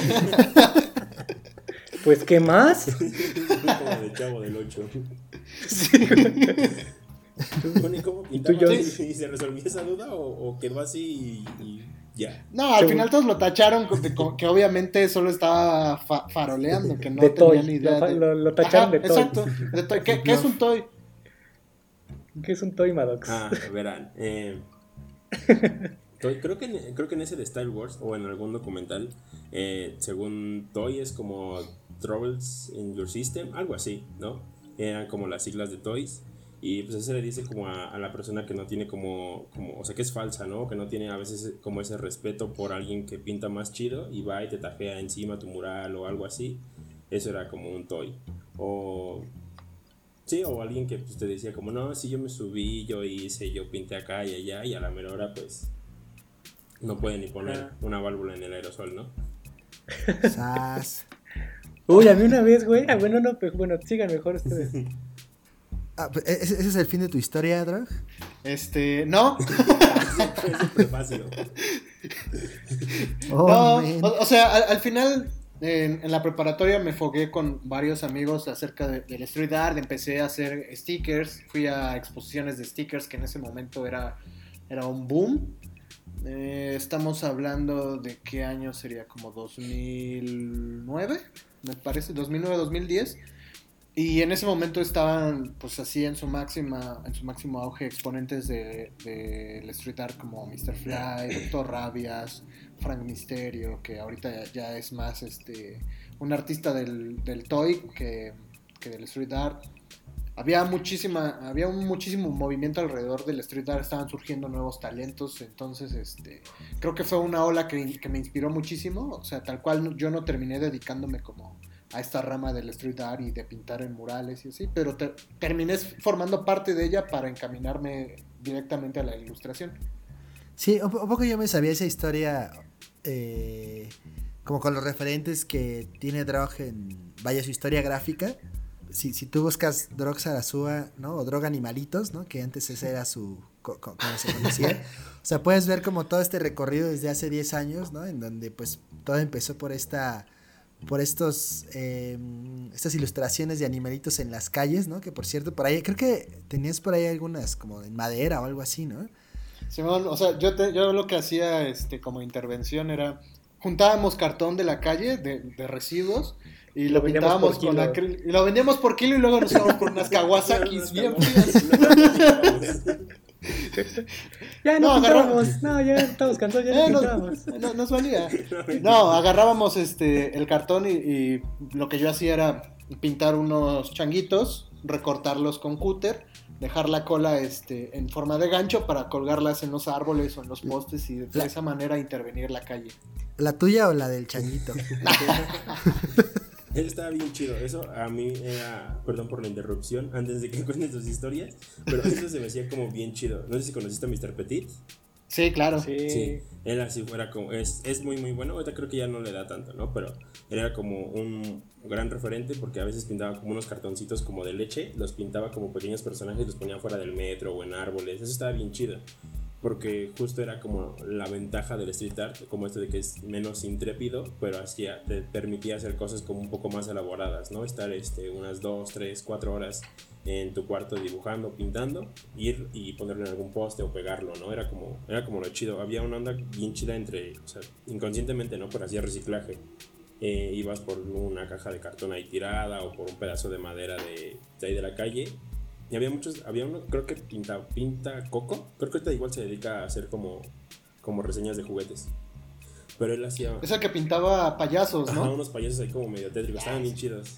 Pues, ¿qué más? Como de Chavo del ocho. Sí. Bueno, ¿y cómo pintaba? ¿Y se resolvió esa duda o, o quedó así y, y ya? No, al final todos lo tacharon con, de, con, que obviamente solo estaba fa, faroleando, que no de tenía toy. ni idea. Lo, de... lo, lo tacharon Ajá, de toy. Exacto, de toy. ¿Qué, ¿Qué es un toy? ¿Qué es un toy, Maddox? Ah, verán. Eh, Toy, creo, que en, creo que en ese de Style Wars o en algún documental, eh, según Toy es como Troubles in Your System, algo así, ¿no? Eran como las siglas de Toys. Y pues eso se le dice como a, a la persona que no tiene como, como, o sea, que es falsa, ¿no? Que no tiene a veces como ese respeto por alguien que pinta más chido y va y te tajea encima tu mural o algo así. Eso era como un Toy. O... Sí, o alguien que pues, te decía como, no, sí, yo me subí, yo hice, yo pinté acá y allá, y a la mera hora, pues, no puede ni poner ah. una válvula en el aerosol, ¿no? Sas. Uy, a mí una vez, güey, ah, bueno, no, pero bueno, sigan mejor ustedes. Ah, ¿ese, ¿Ese es el fin de tu historia, Drog? Este, no. Es el prefacio. Oh, no, o, o sea, al, al final... En, en la preparatoria me fogué con varios amigos acerca de, del street art, empecé a hacer stickers, fui a exposiciones de stickers que en ese momento era, era un boom. Eh, estamos hablando de qué año sería, como dos mil nueve, me parece, dos mil nueve, dos mil diez. Y en ese momento estaban pues así en su máxima, en su máximo auge exponentes del de, de street art como mister Fly, Doctor Rabias, Frank Misterio, que ahorita ya, ya es más este un artista del, del toy que, que del street art. Había muchísima, había un muchísimo movimiento alrededor del street art, estaban surgiendo nuevos talentos, entonces este creo que fue una ola que, que me inspiró muchísimo, o sea, tal cual yo no terminé dedicándome como a esta rama del street art y de pintar en murales y así, pero te, terminé formando parte de ella para encaminarme directamente a la ilustración. Sí, un, un poco yo me sabía esa historia, eh, como con los referentes que tiene Drog en, vaya, su historia gráfica. Si, si tú buscas Drog Sarasúa, ¿no? O Drog Animalitos, ¿no? Que antes ese era su, co, co, como se conocía. O sea, puedes ver como todo este recorrido desde hace diez años, ¿no? En donde pues todo empezó por esta... por estos eh, estas ilustraciones de animalitos en las calles, ¿no? Que por cierto, por ahí, creo que tenías por ahí algunas como en madera o algo así, ¿no? Simón, o sea, yo, te, yo lo que hacía este, como intervención era, juntábamos cartón de la calle, de, de residuos, y lo, lo pintábamos con acrílico, y lo vendíamos por kilo y luego nos íbamos por unas Kawasakis bien frías. Ya no, no pintábamos, no, ya estamos cansados, ya eh, no pintábamos. No, no, nos valía. No, agarrábamos este el cartón y, y lo que yo hacía era pintar unos changuitos, recortarlos con cúter, dejar la cola este en forma de gancho para colgarlas en los árboles o en los postes y de la, esa manera intervenir la calle. ¿La tuya o la del changuito? Eso estaba bien chido. Eso a mí era, perdón por la interrupción, antes de que cuenten tus historias, pero eso se me hacía como bien chido. No sé si conociste a mister Petit. Sí, claro. Sí. Sí, él así fuera como, es, es muy muy bueno. Ahorita creo que ya no le da tanto, ¿no? Pero él era como un gran referente porque a veces pintaba como unos cartoncitos como de leche, los pintaba como pequeños personajes y los ponía fuera del metro o en árboles. Eso estaba bien chido. Porque justo era como la ventaja del street art, como esto de que es menos intrépido, pero hacía, te permitía hacer cosas como un poco más elaboradas, ¿no? Estar este, unas dos, tres, cuatro horas en tu cuarto dibujando, pintando, ir y ponerlo en algún poste o pegarlo, ¿no? Era como, era como lo chido. Había una onda bien chida entre, o sea, inconscientemente, ¿no? Pero hacía reciclaje. Eh, ibas por una caja de cartón ahí tirada o por un pedazo de madera de, de ahí de la calle. Y había muchos, había uno, creo que pinta, pinta Coco, creo que ahorita igual se dedica a hacer como, como reseñas de juguetes. Pero él hacía... Esa que pintaba payasos, ¿no? Ajá, unos payasos ahí como medio tétricos, estaban bien chidos.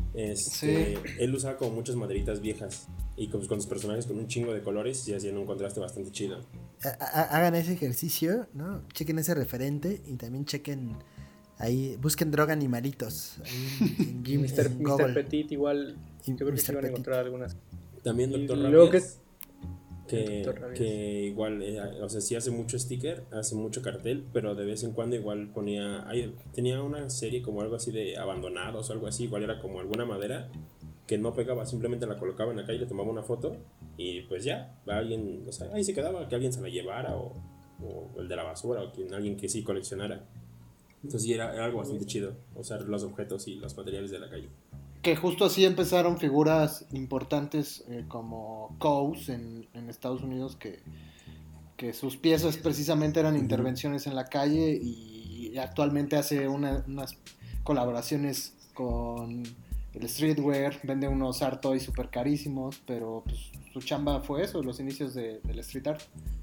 Este, sí. Él usaba como muchas maderitas viejas y con, con sus personajes con un chingo de colores y hacían un contraste bastante chido. Hagan ese ejercicio, ¿no? Chequen ese referente y también chequen... Ahí, busquen Drog Animalitos. Ahí en, en, mister mister Petit igual, yo creo que se van a encontrar algunas. También Doctor Rabias, que, que, que igual, eh, o sea, sí hace mucho sticker, hace mucho cartel, pero de vez en cuando igual ponía, ay, tenía una serie como algo así de abandonados o algo así, igual era como alguna madera que no pegaba, simplemente la colocaba en la calle, le tomaba una foto y pues ya, alguien, o sea, ahí se quedaba, que alguien se la llevara o, o el de la basura o quien, alguien que sí coleccionara. Entonces sí, era, era algo bastante chido, usar los objetos y los materiales de la calle. Que justo así empezaron figuras importantes eh, como Coase en, en Estados Unidos, que, que sus piezas precisamente eran intervenciones en la calle y actualmente hace una, unas colaboraciones con el streetwear, vende unos art toys super carísimos, pero pues, su chamba fue eso, los inicios de, del street art.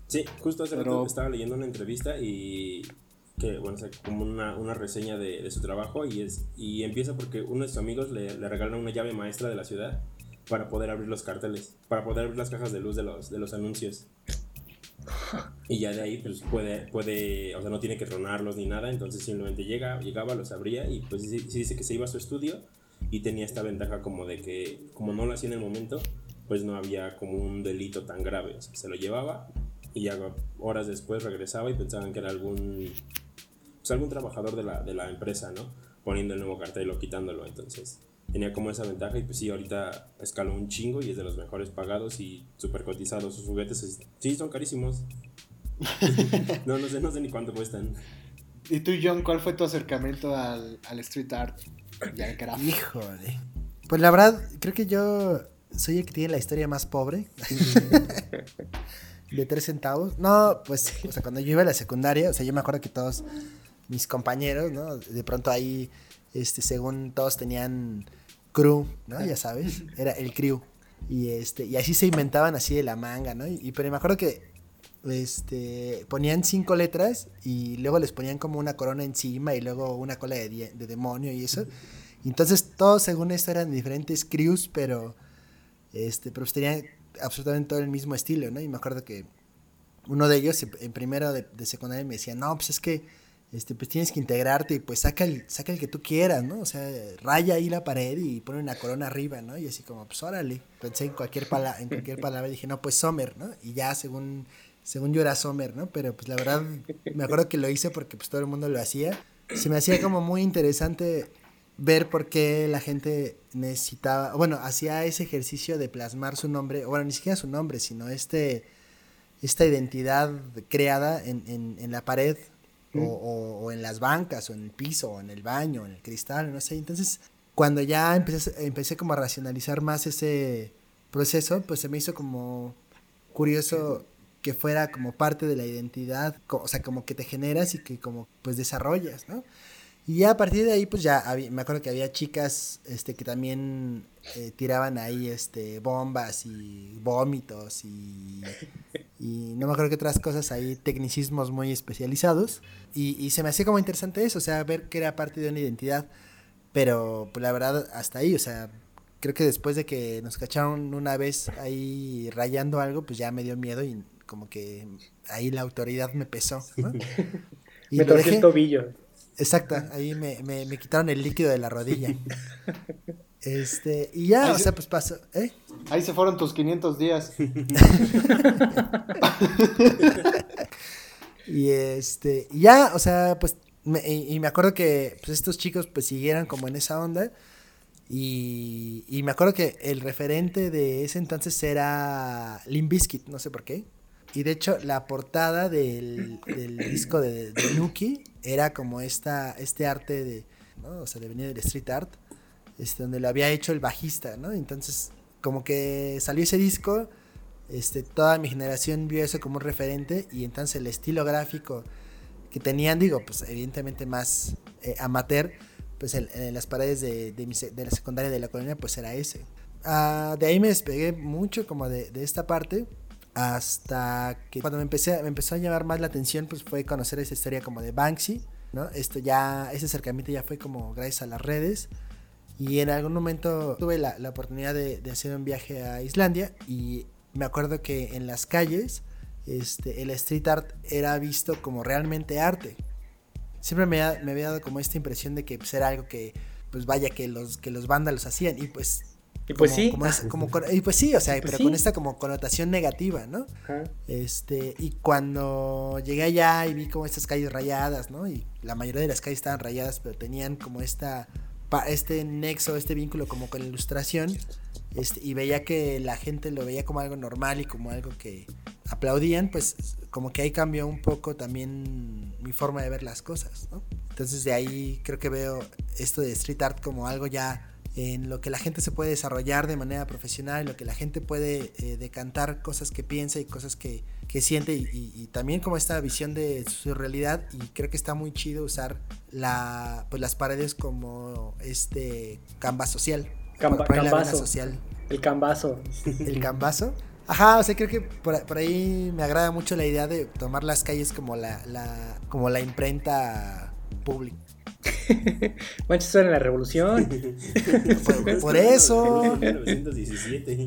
Sí, justo hace Pero... rato estaba leyendo una entrevista y que, bueno, o sea, como una, una reseña de, de su trabajo y es y empieza porque uno de sus amigos le, le regalan una llave maestra de la ciudad para poder abrir los carteles, para poder abrir las cajas de luz de los, de los anuncios. Y ya de ahí pues puede, puede, o sea, no tiene que tronarlos ni nada, entonces simplemente llega, llegaba, los abría y pues sí, sí dice que se iba a su estudio y tenía esta ventaja como de que, como no lo hacía en el momento, pues no había como un delito tan grave, o sea, se lo llevaba y ya horas después regresaba y pensaban que era algún, pues algún trabajador de la, de la empresa, ¿no? Poniendo el nuevo cartel o quitándolo, entonces tenía como esa ventaja y pues sí, ahorita escaló un chingo y es de los mejores pagados y súper cotizados. Sus juguetes sí son carísimos. no, no sé, no sé ni cuánto cuestan. ¿Y tú, John, cuál fue tu acercamiento al, al street art? Ya que era... Híjole. Pues la verdad, creo que yo soy el que tiene la historia más pobre. De tres centavos. No, pues, o sea, cuando yo iba a la secundaria, o sea, yo me acuerdo que todos mis compañeros, ¿no? De pronto ahí, este, según todos tenían crew, ¿no? Ya sabes, era el crew. Y este, y así se inventaban así de la manga, ¿no? Y, y pero me acuerdo que este ponían cinco letras y luego les ponían como una corona encima y luego una cola de, de demonio y eso. Y entonces todos según esto eran diferentes crews, pero este, pero pues tenían absolutamente todo el mismo estilo, ¿no? Y me acuerdo que uno de ellos en primero de, de secundaria me decía, no, pues es que este, pues tienes que integrarte y pues saca el, saca el que tú quieras, ¿no? O sea, raya ahí la pared y pone una corona arriba, ¿no? Y así como, pues órale. Pensé en cualquier, pala- en cualquier palabra y dije, no, pues Sommer, ¿no? Y ya según, según yo era Sommer, ¿no? Pero pues la verdad me acuerdo que lo hice porque pues todo el mundo lo hacía. Se me hacía como muy interesante ver por qué la gente necesitaba, bueno, hacía ese ejercicio de plasmar su nombre, bueno, ni siquiera su nombre, sino este, esta identidad creada en, en, en la pared. O, o, o en las bancas, o en el piso, o en el baño, o en el cristal, no sé. Entonces, cuando ya empecé, empecé como a racionalizar más ese proceso, pues se me hizo como curioso que fuera como parte de la identidad, o sea, como que te generas y que como pues desarrollas, ¿no? Y ya a partir de ahí, pues ya había, me acuerdo que había chicas este, que también eh, tiraban ahí este, bombas y vómitos y, y no me acuerdo qué otras cosas ahí, tecnicismos muy especializados. Y, y se me hacía como interesante eso, o sea, ver que era parte de una identidad. Pero pues la verdad, hasta ahí, o sea, creo que después de que nos cacharon una vez ahí rayando algo, pues ya me dio miedo y como que ahí la autoridad me pesó, ¿no? Y me lo torcí dejé. el tobillo. Exacto, ahí me, me, me quitaron el líquido de la rodilla. Este, y ya, ahí o se, sea, pues pasó, ¿eh? Ahí se fueron tus quinientos días. Y este, y ya, o sea, pues, me, y, y me acuerdo que pues estos chicos pues siguieran como en esa onda. Y, y me acuerdo que el referente de ese entonces era Limp Bizkit, no sé por qué. Y de hecho la portada del, del disco de, de Nuki era como esta, este arte de, ¿no? O sea, de venir del street art, este, donde lo había hecho el bajista, ¿no? Entonces como que salió ese disco, este, toda mi generación vio eso como un referente y entonces el estilo gráfico que tenían, digo, pues evidentemente más eh, amateur, pues en, en las paredes de, de, mi, de la secundaria de la colonia, pues era ese. Uh, de ahí me despegué mucho como de, de esta parte, hasta que cuando me empecé me empezó a llamar más la atención, pues fue conocer esa historia como de Banksy, ¿no? Esto ya, ese acercamiento ya fue como gracias a las redes. Y en algún momento tuve la, la oportunidad de, de hacer un viaje a Islandia y me acuerdo que en las calles este, el street art era visto como realmente arte. Siempre me, ha, me había dado como esta impresión de que pues, era algo que, pues vaya, que los, que los vándalos hacían. Y pues, y pues como, sí. Como es, como, y pues sí, o sea, pues pero sí. con esta como connotación negativa, ¿no? Ajá. Este, y cuando llegué allá y vi como estas calles rayadas, ¿no? Y la mayoría de las calles estaban rayadas, pero tenían como esta, este nexo, este vínculo como con la ilustración. Este, y veía que la gente lo veía como algo normal y como algo que aplaudían, pues como que ahí cambió un poco también mi forma de ver las cosas, ¿no? Entonces de ahí creo que veo esto de street art como algo ya en lo que la gente se puede desarrollar de manera profesional, en lo que la gente puede eh, decantar cosas que piensa y cosas que, que siente y, y, y también como esta visión de su realidad. Y creo que está muy chido usar la, pues las paredes como este canvas social. Camba, por, por cambazo. social. El cambazo. El cambazo. Ajá, o sea, creo que por, por ahí me agrada mucho la idea de tomar las calles como la, la, como la imprenta pública. Manchester en la revolución. Por, por eso. mil novecientos diecisiete.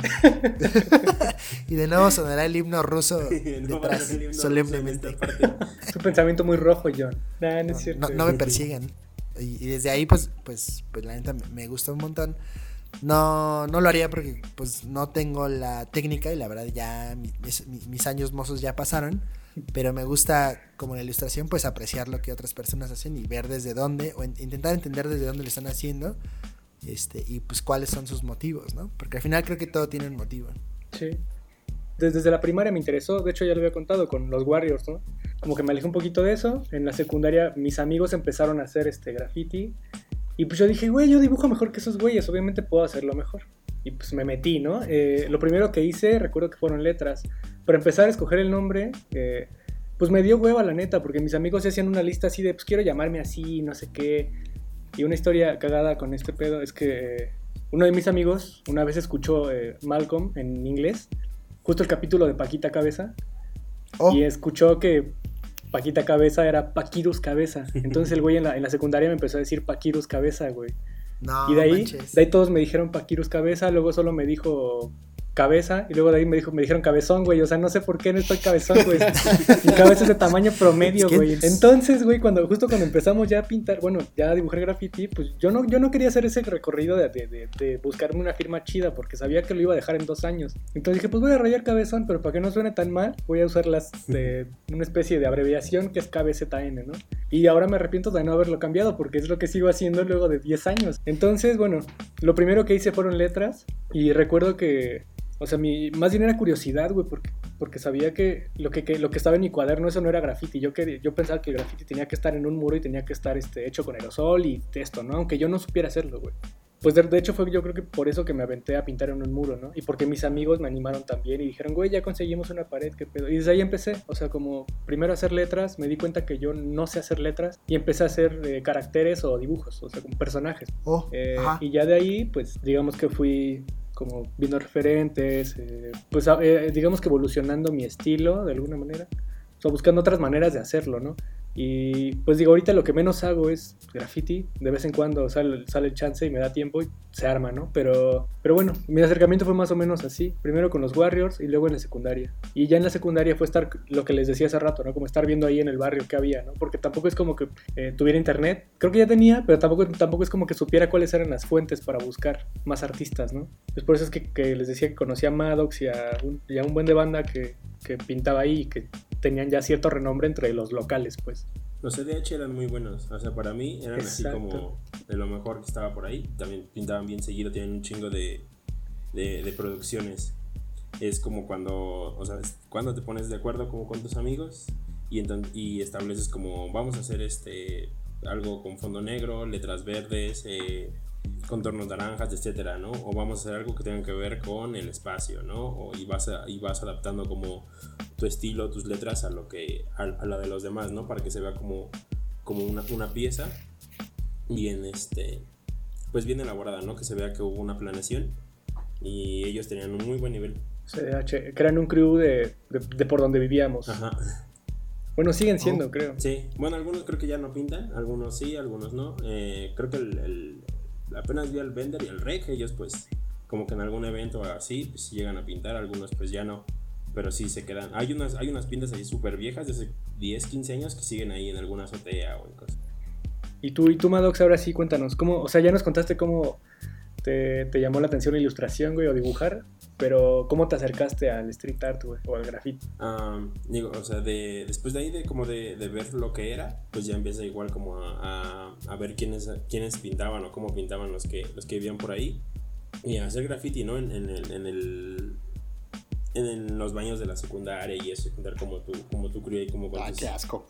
Y de nuevo sonará el himno ruso No, detrás, el himno solemnemente. ruso en esta parte. Es un pensamiento muy rojo, John. Nah, no es cierto. No, no me persigan. Y, y desde ahí, pues, pues, pues la neta me, me gusta un montón. No, no lo haría porque pues no tengo la técnica y la verdad ya mis, mis años mozos ya pasaron, pero me gusta como la ilustración pues apreciar lo que otras personas hacen y ver desde dónde o en, intentar entender desde dónde lo están haciendo, este, y pues cuáles son sus motivos, ¿no? Porque al final creo que todo tiene un motivo. Sí. Desde, desde la primaria me interesó, de hecho ya lo había contado con los Warriors, ¿no? Como que me alejé un poquito de eso. En la secundaria mis amigos empezaron a hacer este graffiti. Y pues yo dije, güey, yo dibujo mejor que esos güeyes, obviamente puedo hacerlo mejor. Y pues me metí, ¿no? Eh, lo primero que hice, recuerdo que fueron letras. Para empezar a escoger el nombre, eh, pues me dio hueva la neta, porque mis amigos se hacían una lista así de, pues quiero llamarme así, no sé qué. Y una historia cagada con este pedo es que eh, uno de mis amigos una vez escuchó eh, Malcolm en inglés, justo el capítulo de Paquita Cabeza, oh. Y escuchó que Paquita Cabeza era Paquirus Cabeza. Entonces el güey en la, en la secundaria me empezó a decir Paquirus Cabeza, güey. No, y de ahí, manches. de ahí todos me dijeron Paquirus Cabeza, luego solo me dijo Cabeza, y luego de ahí me dijo, me dijeron cabezón, güey. O sea, no sé por qué no estoy cabezón, güey. Mi cabeza es de tamaño promedio, güey. Entonces, güey, cuando, justo cuando empezamos ya a pintar, bueno, ya a dibujar graffiti, pues yo no, yo no quería hacer ese recorrido de, de, de, de buscarme una firma chida, porque sabía que lo iba a dejar en dos años. Entonces dije, pues voy a rayar cabezón, pero para que no suene tan mal, voy a usar las de una especie de abreviación que es K B Z N, ¿no? Y ahora me arrepiento de no haberlo cambiado, porque es lo que sigo haciendo luego de diez años. Entonces, bueno, lo primero que hice fueron letras, y recuerdo que, o sea, mi, más bien era curiosidad, güey, porque, porque sabía que lo que, que lo que estaba en mi cuaderno, eso no era graffiti. Yo, quería, yo pensaba que el graffiti tenía que estar en un muro y tenía que estar este, hecho con aerosol y esto, ¿no? Aunque yo no supiera hacerlo, güey. Pues de, de hecho fue yo creo que por eso que me aventé a pintar en un muro, ¿no? Y porque mis amigos me animaron también y dijeron, güey, ya conseguimos una pared, qué pedo. Y desde ahí empecé, o sea, como primero a hacer letras, me di cuenta que yo no sé hacer letras y empecé a hacer eh, caracteres o dibujos, o sea, como personajes. Oh, eh, y ya de ahí, pues, digamos que fui como viendo referentes, eh, pues eh, digamos que evolucionando mi estilo de alguna manera, o sea, buscando otras maneras de hacerlo, ¿no? Y pues digo, ahorita lo que menos hago es graffiti, de vez en cuando sale, sale el chance y me da tiempo y se arma, ¿no? Pero, pero bueno, mi acercamiento fue más o menos así, primero con los Warriors y luego en la secundaria. Y ya en la secundaria fue estar, lo que les decía hace rato, ¿no? Como estar viendo ahí en el barrio qué había, ¿no? Porque tampoco es como que eh, tuviera internet, creo que ya tenía, pero tampoco, tampoco es como que supiera cuáles eran las fuentes para buscar más artistas, ¿no? Pues por eso es que, que les decía que conocía a Maddox y a un, y a un buen de banda que, que pintaba ahí y que tenían ya cierto renombre entre los locales, pues. Los C D H eran muy buenos, o sea, para mí eran Exacto. así como de lo mejor que estaba por ahí. También pintaban bien seguido, tienen un chingo de, de, de producciones. Es como cuando, o sea, cuando te pones de acuerdo como con tus amigos y, enton- y estableces como, vamos a hacer este algo con fondo negro, letras verdes, eh, contornos naranjas, etcétera, ¿no? O vamos a hacer algo que tenga que ver con el espacio, ¿no? O, y, vas a, y vas adaptando como tu estilo, tus letras a lo que a, a la de los demás, ¿no? Para que se vea como, como una, una pieza bien, este, pues bien elaborada, ¿no? Que se vea que hubo una planeación y ellos tenían un muy buen nivel. C D H, que eran un crew de, de, de por donde vivíamos. Ajá. Bueno, siguen siendo, oh. creo. Sí, bueno, algunos creo que ya no pintan, algunos sí, algunos no. Eh, creo que el, el apenas vi al Bender y al Reg, ellos pues como que en algún evento así pues llegan a pintar, algunos pues ya no, pero sí se quedan. Hay unas, hay unas pintas ahí súper viejas de hace diez, quince años que siguen ahí en alguna azotea o en cosas. Y tú, y tú Maddox, ahora sí cuéntanos, ¿cómo, o sea, ya nos contaste cómo te, te llamó la atención la ilustración, güey, o dibujar, pero ¿cómo te acercaste al street art, güey, o al graffiti? Um, digo, o sea, de, después de ahí de como de, de ver lo que era, pues ya empieza igual como a, a, a ver quiénes, quiénes pintaban o cómo pintaban los que, los que vivían por ahí y a hacer graffiti, ¿no? En, en, el, en, el, en, en los baños de la secundaria y eso, contar como tu, como tu crew y como... Ah, qué asco.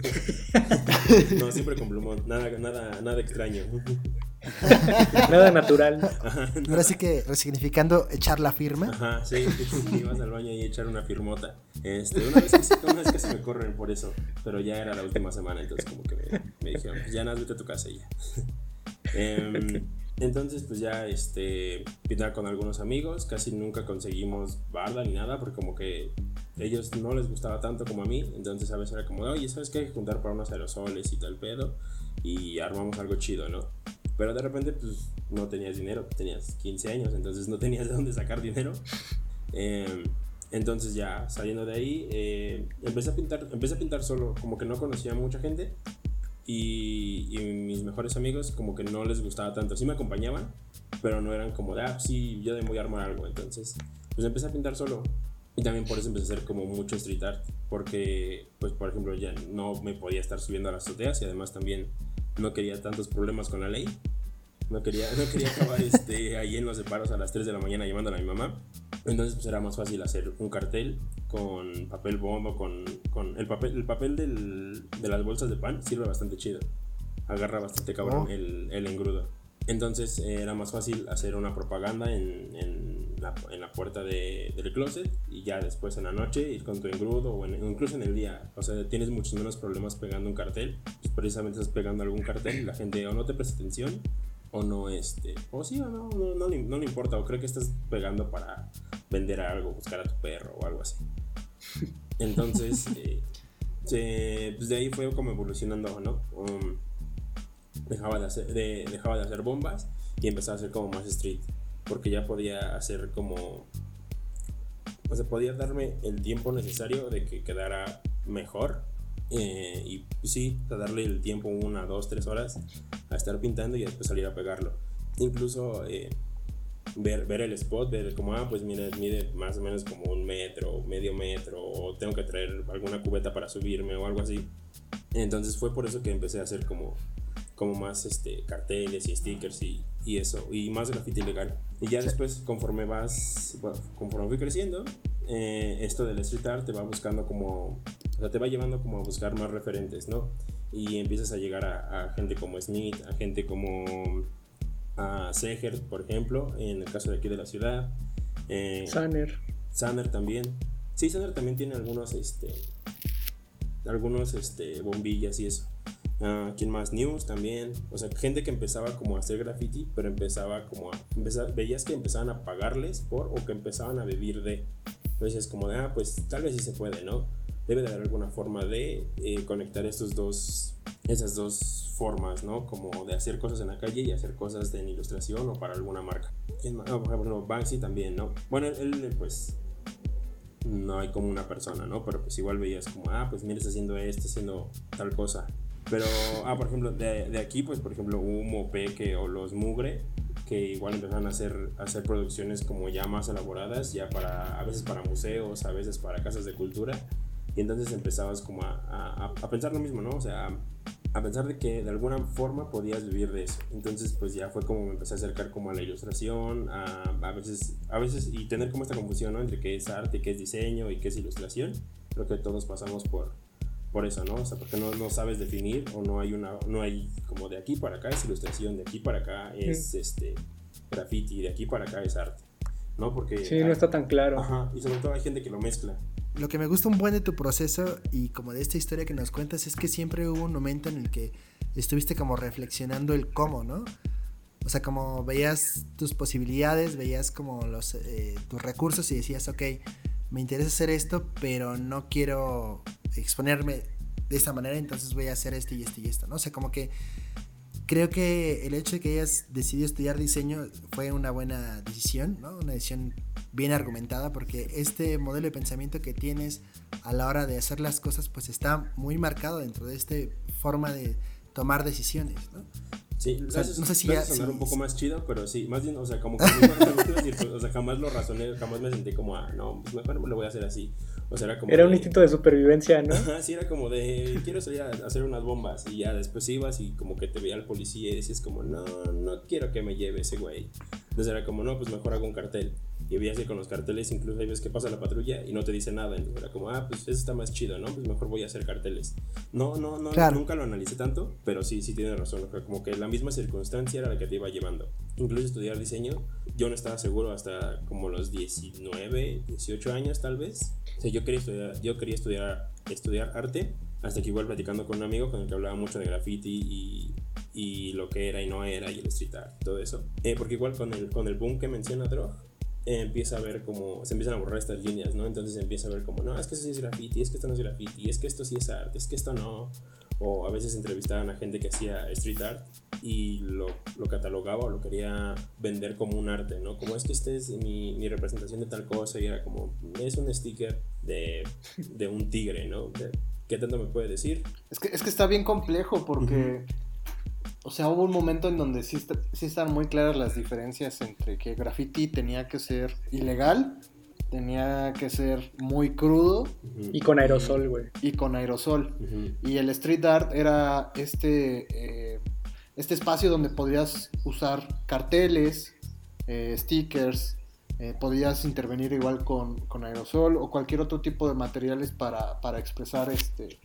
No, siempre con plumón, nada, nada, nada extraño. Nada natural. Ajá, no. Ahora sí que resignificando echar la firma. Ajá, sí, ibas al baño y echar una firmota. Este, una vez que, una vez que se me corren por eso, pero ya era la última semana, entonces como que me, me dijeron, pues ya nada, vete a tu casa y ya. Eh, Entonces pues ya este pintar con algunos amigos, casi nunca conseguimos barda ni nada porque como que a ellos no les gustaba tanto como a mí, entonces a veces era como, oye, ¿sabes qué? Hay que juntar para unos aerosoles y tal pedo y armamos algo chido, ¿no? Pero de repente pues no tenías dinero, tenías quince años, entonces no tenías de dónde sacar dinero. Eh, entonces ya saliendo de ahí eh, empecé a pintar, empecé a pintar solo, como que no conocía a mucha gente. Y, y mis mejores amigos como que no les gustaba tanto, sí me acompañaban, pero no eran como de, ah, sí, yo voy a armar algo. Entonces pues empecé a pintar solo y también por eso empecé a hacer como mucho street art, porque pues por ejemplo ya no me podía estar subiendo a las azoteas y además también no quería tantos problemas con la ley, no quería, no quería acabar este, ahí en los separos a las tres de la mañana llamando a mi mamá. Entonces pues era más fácil hacer un cartel con papel bomba, con, con el papel, el papel del, de las bolsas de pan sirve bastante chido, agarra bastante cabrón oh. el, el engrudo. Entonces eh, era más fácil hacer una propaganda en, en, la, en la puerta de, del closet y ya después en la noche ir con tu engrudo o, en, o incluso en el día. O sea, tienes muchos menos problemas pegando un cartel, pues precisamente estás pegando algún cartel y la gente o no te presta atención o no, este, o sí o no, no, no, no le importa, o cree que estás pegando para vender algo, buscar a tu perro o algo así. Entonces, eh, se, pues de ahí fue como evolucionando, ¿no? Um, dejaba, de hacer, de, dejaba de hacer bombas y empezaba a hacer como más street, porque ya podía hacer como, o sea, podía darme el tiempo necesario de que quedara mejor. Eh, y sí, a darle el tiempo una, dos, tres horas a estar pintando y después salir a pegarlo. Incluso eh, ver, ver el spot, ver como, ah, pues mide, mide más o menos como un metro, medio metro, o tengo que traer alguna cubeta para subirme o algo así. Entonces fue por eso que empecé a hacer como, como más este, carteles y stickers y, y eso, y más graffiti legal. Y ya después, conforme vas, bueno, conforme fui creciendo, eh, esto del street art te va buscando como, o sea, te va llevando como a buscar más referentes, ¿no? Y empiezas a llegar a, a gente como Smith, a gente como a Seger, por ejemplo, en el caso de aquí de la ciudad. Eh, Sanner. Sanner también. Sí, Sanner también tiene algunos, este, algunos, este, bombillas y eso. Uh, ¿Quién más? News también. O sea, gente que empezaba como a hacer graffiti, pero empezaba como a... Empezar, veías que empezaban a pagarles por, o que empezaban a vivir de... Entonces, como de, ah, pues tal vez sí se puede, ¿no? Debe de haber alguna forma de eh, conectar estos dos, esas dos formas, ¿no? Como de hacer cosas en la calle y hacer cosas en ilustración o para alguna marca. ¿Quién más? Oh, por ejemplo, Banksy también, ¿no? Bueno, él, él, pues... no hay como una persona, ¿no? Pero pues igual veías como, ah, pues mira, está haciendo esto, haciendo tal cosa. Pero, ah, por ejemplo, de, de aquí, pues, por ejemplo, Humo, Peque o Los Mugre, que igual empezaron a hacer, a hacer producciones como ya más elaboradas, ya para, a veces para museos, a veces para casas de cultura. Y entonces empezabas como a, a, a pensar lo mismo, ¿no? O sea, a, a pensar de que de alguna forma podías vivir de eso. Entonces, pues ya fue como me empecé a acercar como a la ilustración, a, a veces, a veces, y tener como esta confusión, ¿no? Entre qué es arte, qué es diseño y qué es ilustración. Creo que todos pasamos por... por eso, ¿no? O sea, porque no, no sabes definir o no hay una, no hay como de aquí para acá es ilustración, de aquí para acá es sí. este graffiti, de aquí para acá es arte, ¿no? Porque sí, no está tan claro. Ajá, y sobre todo hay gente que lo mezcla. Lo que me gusta un buen de tu proceso y como de esta historia que nos cuentas es que siempre hubo un momento en el que estuviste como reflexionando el cómo, ¿no? O sea, como veías tus posibilidades, veías como los eh, tus recursos y decías, ok, me interesa hacer esto, pero no quiero exponerme de esta manera, entonces voy a hacer esto y esto y esto, ¿no? O sea, como que creo que el hecho de que hayas decidido estudiar diseño fue una buena decisión, ¿no? Una decisión bien argumentada, porque este modelo de pensamiento que tienes a la hora de hacer las cosas, pues está muy marcado dentro de esta forma de tomar decisiones, ¿no? Sí, o sea, eso, no sé si ya sí, sonar un poco sí. más chido, pero sí, más bien, o sea, como que decir, o sea, jamás lo razoné, jamás me sentí como, ah, no, pues mejor lo voy a hacer así. O sea, era como era de, un instinto de supervivencia, ¿no? Sí, era como de, quiero salir a hacer unas bombas, y ya después ibas y como que te veía el policía y decías como, no, no quiero que me lleve ese güey. Entonces era como, no, pues mejor hago un cartel. Y veías que con los carteles incluso hay veces que pasa la patrulla y no te dice nada, entonces era como, ah, pues eso está más chido, ¿no? Pues mejor voy a hacer carteles. No, no, no, claro. Nunca lo analicé tanto, pero sí, sí tienes razón, o sea, como que la misma circunstancia era la que te iba llevando. Incluso estudiar diseño, yo no estaba seguro hasta como los diecinueve, dieciocho años tal vez. O sea, yo quería estudiar, yo quería estudiar, estudiar arte, hasta que igual platicando con un amigo con el que hablaba mucho de graffiti y, y lo que era y no era y el street art, todo eso. Eh, porque igual con el, con el boom que menciona Drog, eh, empieza a ver como, se empiezan a borrar estas líneas, ¿no? Entonces empieza a ver como, no, es que eso sí es graffiti, es que esto no es graffiti, es que esto sí es arte, es que esto no. O a veces entrevistaban a gente que hacía street art y lo, lo catalogaba o lo quería vender como un arte, ¿no? Como es que este es mi, mi representación de tal cosa y era como, es un sticker de, de un tigre, ¿no? De, ¿qué tanto me puede decir? Es que, es que está bien complejo porque, uh-huh. o sea, hubo un momento en donde sí, está, sí están muy claras las diferencias entre que graffiti tenía que ser ilegal, tenía que ser muy crudo. Uh-huh. Y con aerosol, güey. Y, y con aerosol. Uh-huh. Y el street art era este, eh, este espacio donde podías usar carteles, eh, stickers, eh, podías intervenir igual con, con aerosol o cualquier otro tipo de materiales para, para expresar este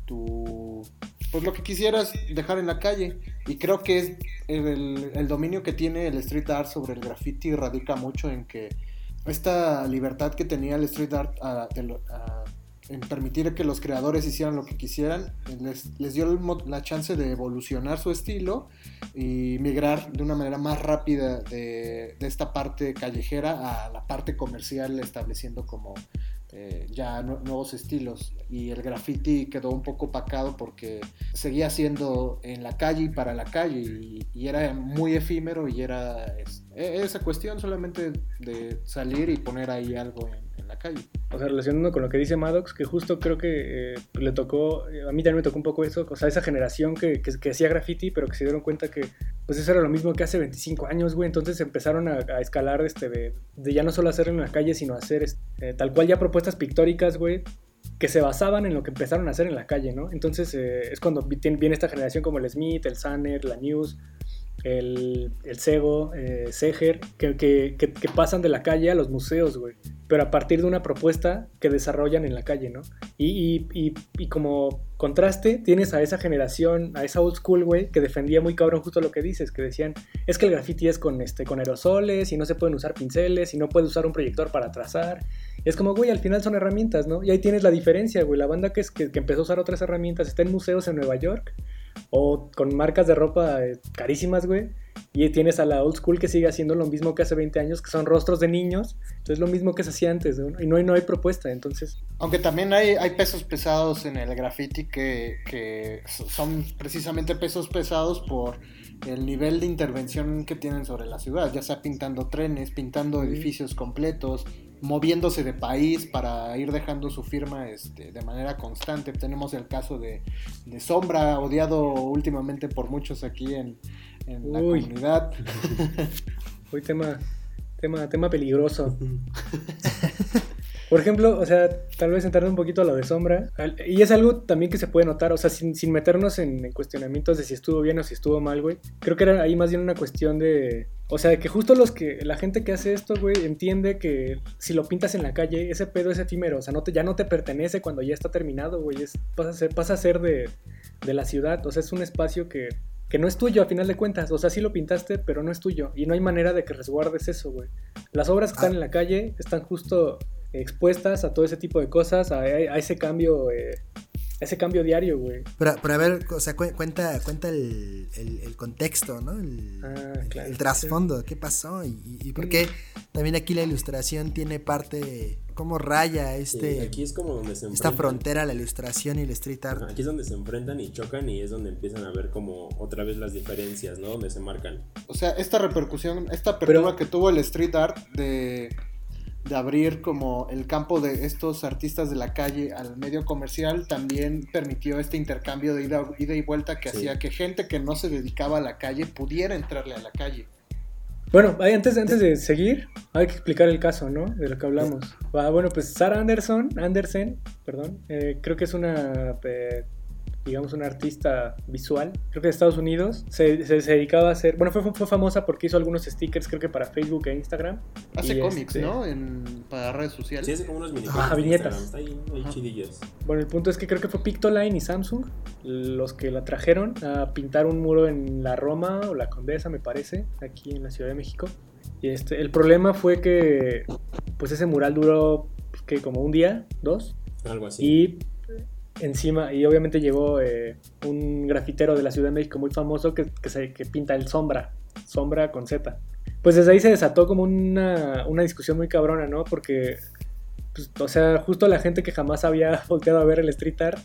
tu pues lo que quisieras dejar en la calle. Y creo que es el, el dominio que tiene el street art sobre el graffiti radica mucho en que esta libertad que tenía el street art a, a, en permitir que los creadores hicieran lo que quisieran, les, les dio el, la chance de evolucionar su estilo y migrar de una manera más rápida de, de esta parte callejera a la parte comercial, estableciendo como eh, ya no, nuevos estilos. Y el graffiti quedó un poco opacado porque seguía siendo en la calle y para la calle, y, y era muy efímero, y era es, esa cuestión solamente de salir y poner ahí algo en, en la calle. O sea, relacionando con lo que dice Maddox, que justo creo que eh, le tocó, a mí también me tocó un poco eso, o sea, esa generación que, que, que hacía graffiti, pero que se dieron cuenta que pues eso era lo mismo que hace veinticinco años, güey. Entonces empezaron a, a escalar este, de, de ya no solo hacerlo en la calle, sino hacer este, tal cual ya propuestas pictóricas, güey, que se basaban en lo que empezaron a hacer en la calle, ¿no? Entonces eh, es cuando viene esta generación como el Smith, el Sanner, la News, el, el Sego, eh, Seger, que, que, que, que pasan de la calle a los museos, güey, pero a partir de una propuesta que desarrollan en la calle, ¿no? Y, y, y, y como contraste tienes a esa generación, a esa old school, güey, que defendía muy cabrón justo lo que dices, que decían, es que el graffiti es con, este, con aerosoles y no se pueden usar pinceles y no puedes usar un proyector para trazar. Y es como, güey, al final son herramientas, ¿no? Y ahí tienes la diferencia, güey, la banda que, es, que, que empezó a usar otras herramientas está en museos en Nueva York o con marcas de ropa eh, carísimas, güey. Y tienes a la old school que sigue haciendo lo mismo que hace veinte años, que son rostros de niños. Entonces lo mismo que se hacía antes, ¿no? Y no hay, no hay propuesta, entonces... Aunque también hay, hay pesos pesados en el graffiti que, que son precisamente pesos pesados por el nivel de intervención que tienen sobre la ciudad, ya sea pintando trenes, pintando mm. edificios completos, moviéndose de país para ir dejando su firma este, de manera constante. Tenemos el caso de, de Sombra, odiado últimamente por muchos aquí en, en la Uy. comunidad. Uy, tema, tema, tema peligroso. Por ejemplo, o sea, tal vez entrando un poquito a lo de Sombra, y es algo también que se puede notar, o sea, sin, sin meternos en, en cuestionamientos de si estuvo bien o si estuvo mal, güey. Creo que era ahí más bien una cuestión de... O sea, que justo los que la gente que hace esto, güey, entiende que si lo pintas en la calle, ese pedo es efímero, o sea, no te, ya no te pertenece cuando ya está terminado, güey, es, pasa a ser, pasa a ser de, de la ciudad, o sea, es un espacio que, que no es tuyo a final de cuentas, o sea, sí lo pintaste, pero no es tuyo, y no hay manera de que resguardes eso, güey. Las obras que están en la calle están justo expuestas a todo ese tipo de cosas, a, a ese cambio... Eh, ese cambio diario, güey. Pero, pero a ver, o sea, cu- cuenta, cuenta el, el, el contexto, ¿no? El, ah, claro, el, el trasfondo, sí. ¿Qué pasó? Y, y, y por qué también aquí la ilustración tiene parte, ¿cómo raya este, sí, aquí es como donde se esta frontera, la ilustración y el street art? Aquí es donde se enfrentan y chocan, y es donde empiezan a ver como otra vez las diferencias, ¿no? Donde se marcan. O sea, esta repercusión, esta apertura pero... que tuvo el street art de... de abrir como el campo de estos artistas de la calle al medio comercial, también permitió este intercambio de ida, ida y vuelta que sí. hacía que gente que no se dedicaba a la calle pudiera entrarle a la calle. Bueno, antes, antes de seguir, hay que explicar el caso, ¿no? De lo que hablamos. Ah, bueno, pues Sarah Anderson, Andersen, perdón, eh, creo que es una... Eh, digamos una artista visual, creo que de Estados Unidos, se, se, se dedicaba a hacer, bueno, fue, fue famosa porque hizo algunos stickers, creo que para Facebook e Instagram. Hace cómics, este, ¿no? En, para redes sociales. Sí, hace como unos mini ah, viñetas. Está ahí, ahí chidillos. Bueno, el punto es que creo que fue Pictoline y Samsung los que la trajeron a pintar un muro en la Roma o la Condesa, me parece, aquí en la Ciudad de México. Y este, el problema fue que, pues ese mural duró, que como un día, dos. Algo así. Y... encima, y obviamente llegó eh, un grafitero de la Ciudad de México muy famoso que, que, se, que pinta el Sombra, Sombra con Z. Pues desde ahí se desató como una, una discusión muy cabrona, ¿no? Porque, pues, o sea, justo la gente que jamás había volteado a ver el street art,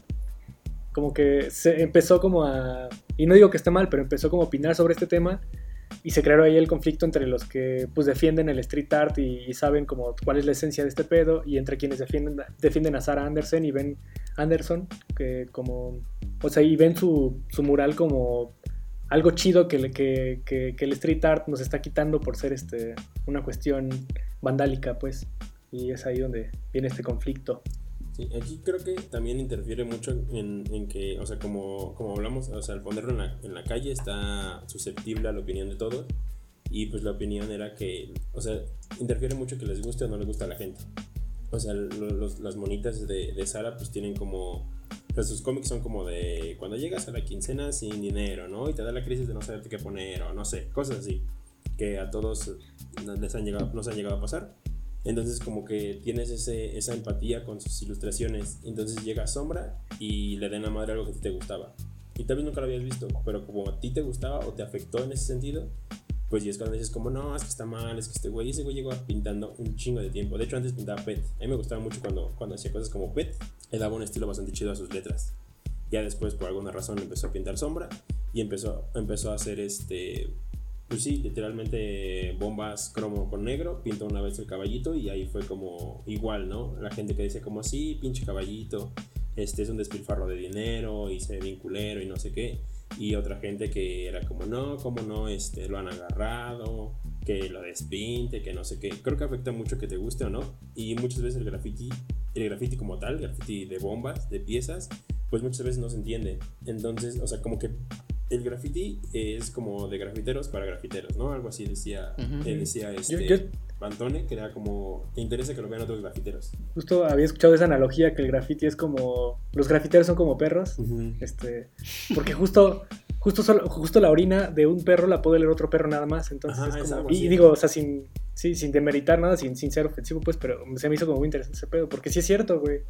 como que se empezó como a, y no digo que esté mal, pero empezó como a opinar sobre este tema, y se creó ahí el conflicto entre los que pues defienden el street art y, y saben como cuál es la esencia de este pedo, y entre quienes defienden, defienden a Sarah Anderson y ven Anderson, que como, o sea, y ven su, su mural como algo chido que, que, que, que el street art nos está quitando por ser este una cuestión vandálica, pues, y es ahí donde viene este conflicto. Sí, aquí creo que también interfiere mucho en, en que, o sea, como, como hablamos, o sea, al ponerlo en la, en la calle está susceptible a la opinión de todos, y pues la opinión era que, o sea, interfiere mucho que les guste o no les gusta a la gente. O sea, los, las monitas de, de Sara pues tienen como, o sea, sus cómics son como de cuando llegas a la quincena sin dinero, ¿no? Y te da la crisis de no saberte qué poner, o no sé, cosas así, que a todos les han llegado, nos han llegado a pasar. Entonces como que tienes ese, esa empatía con sus ilustraciones. Entonces llega Sombra y le den a madre algo que a ti te gustaba, y tal vez nunca lo habías visto, pero como a ti te gustaba o te afectó en ese sentido, pues y es cuando dices como no, es que está mal, es que este güey, ese güey llegó pintando un chingo de tiempo. De hecho antes pintaba Pet, a mí me gustaba mucho cuando, cuando hacía cosas como Pet, le daba un estilo bastante chido a sus letras. Ya después por alguna razón empezó a pintar Sombra y empezó, empezó a hacer este, pues sí, literalmente bombas cromo con negro, pintó una vez el caballito y ahí fue como igual, ¿no? La gente que dice como sí, pinche caballito, este es un despilfarro de dinero y se ve bien culero y no sé qué. Y otra gente que era como no, como no, este, lo han agarrado, que lo despinte, que no sé qué. Creo que afecta mucho que te guste o no. Y muchas veces el graffiti, el graffiti como tal, el graffiti de bombas, de piezas, pues muchas veces no se entiende. Entonces, o sea, como que el graffiti es como de grafiteros para grafiteros, ¿no? Algo así decía, uh-huh. eh, decía este yo, yo... Pantone, que era como, te interesa que lo vean otros grafiteros. Justo había escuchado esa analogía que el graffiti es como, los grafiteros son como perros, uh-huh. este, porque justo, justo, solo, justo la orina de un perro la puede leer otro perro nada más, entonces Ajá, es como, y, y digo, o sea, sin, sí, sin demeritar nada, sin, sin ser ofensivo, pues, pero se me hizo como muy interesante ese pedo, porque sí es cierto, güey.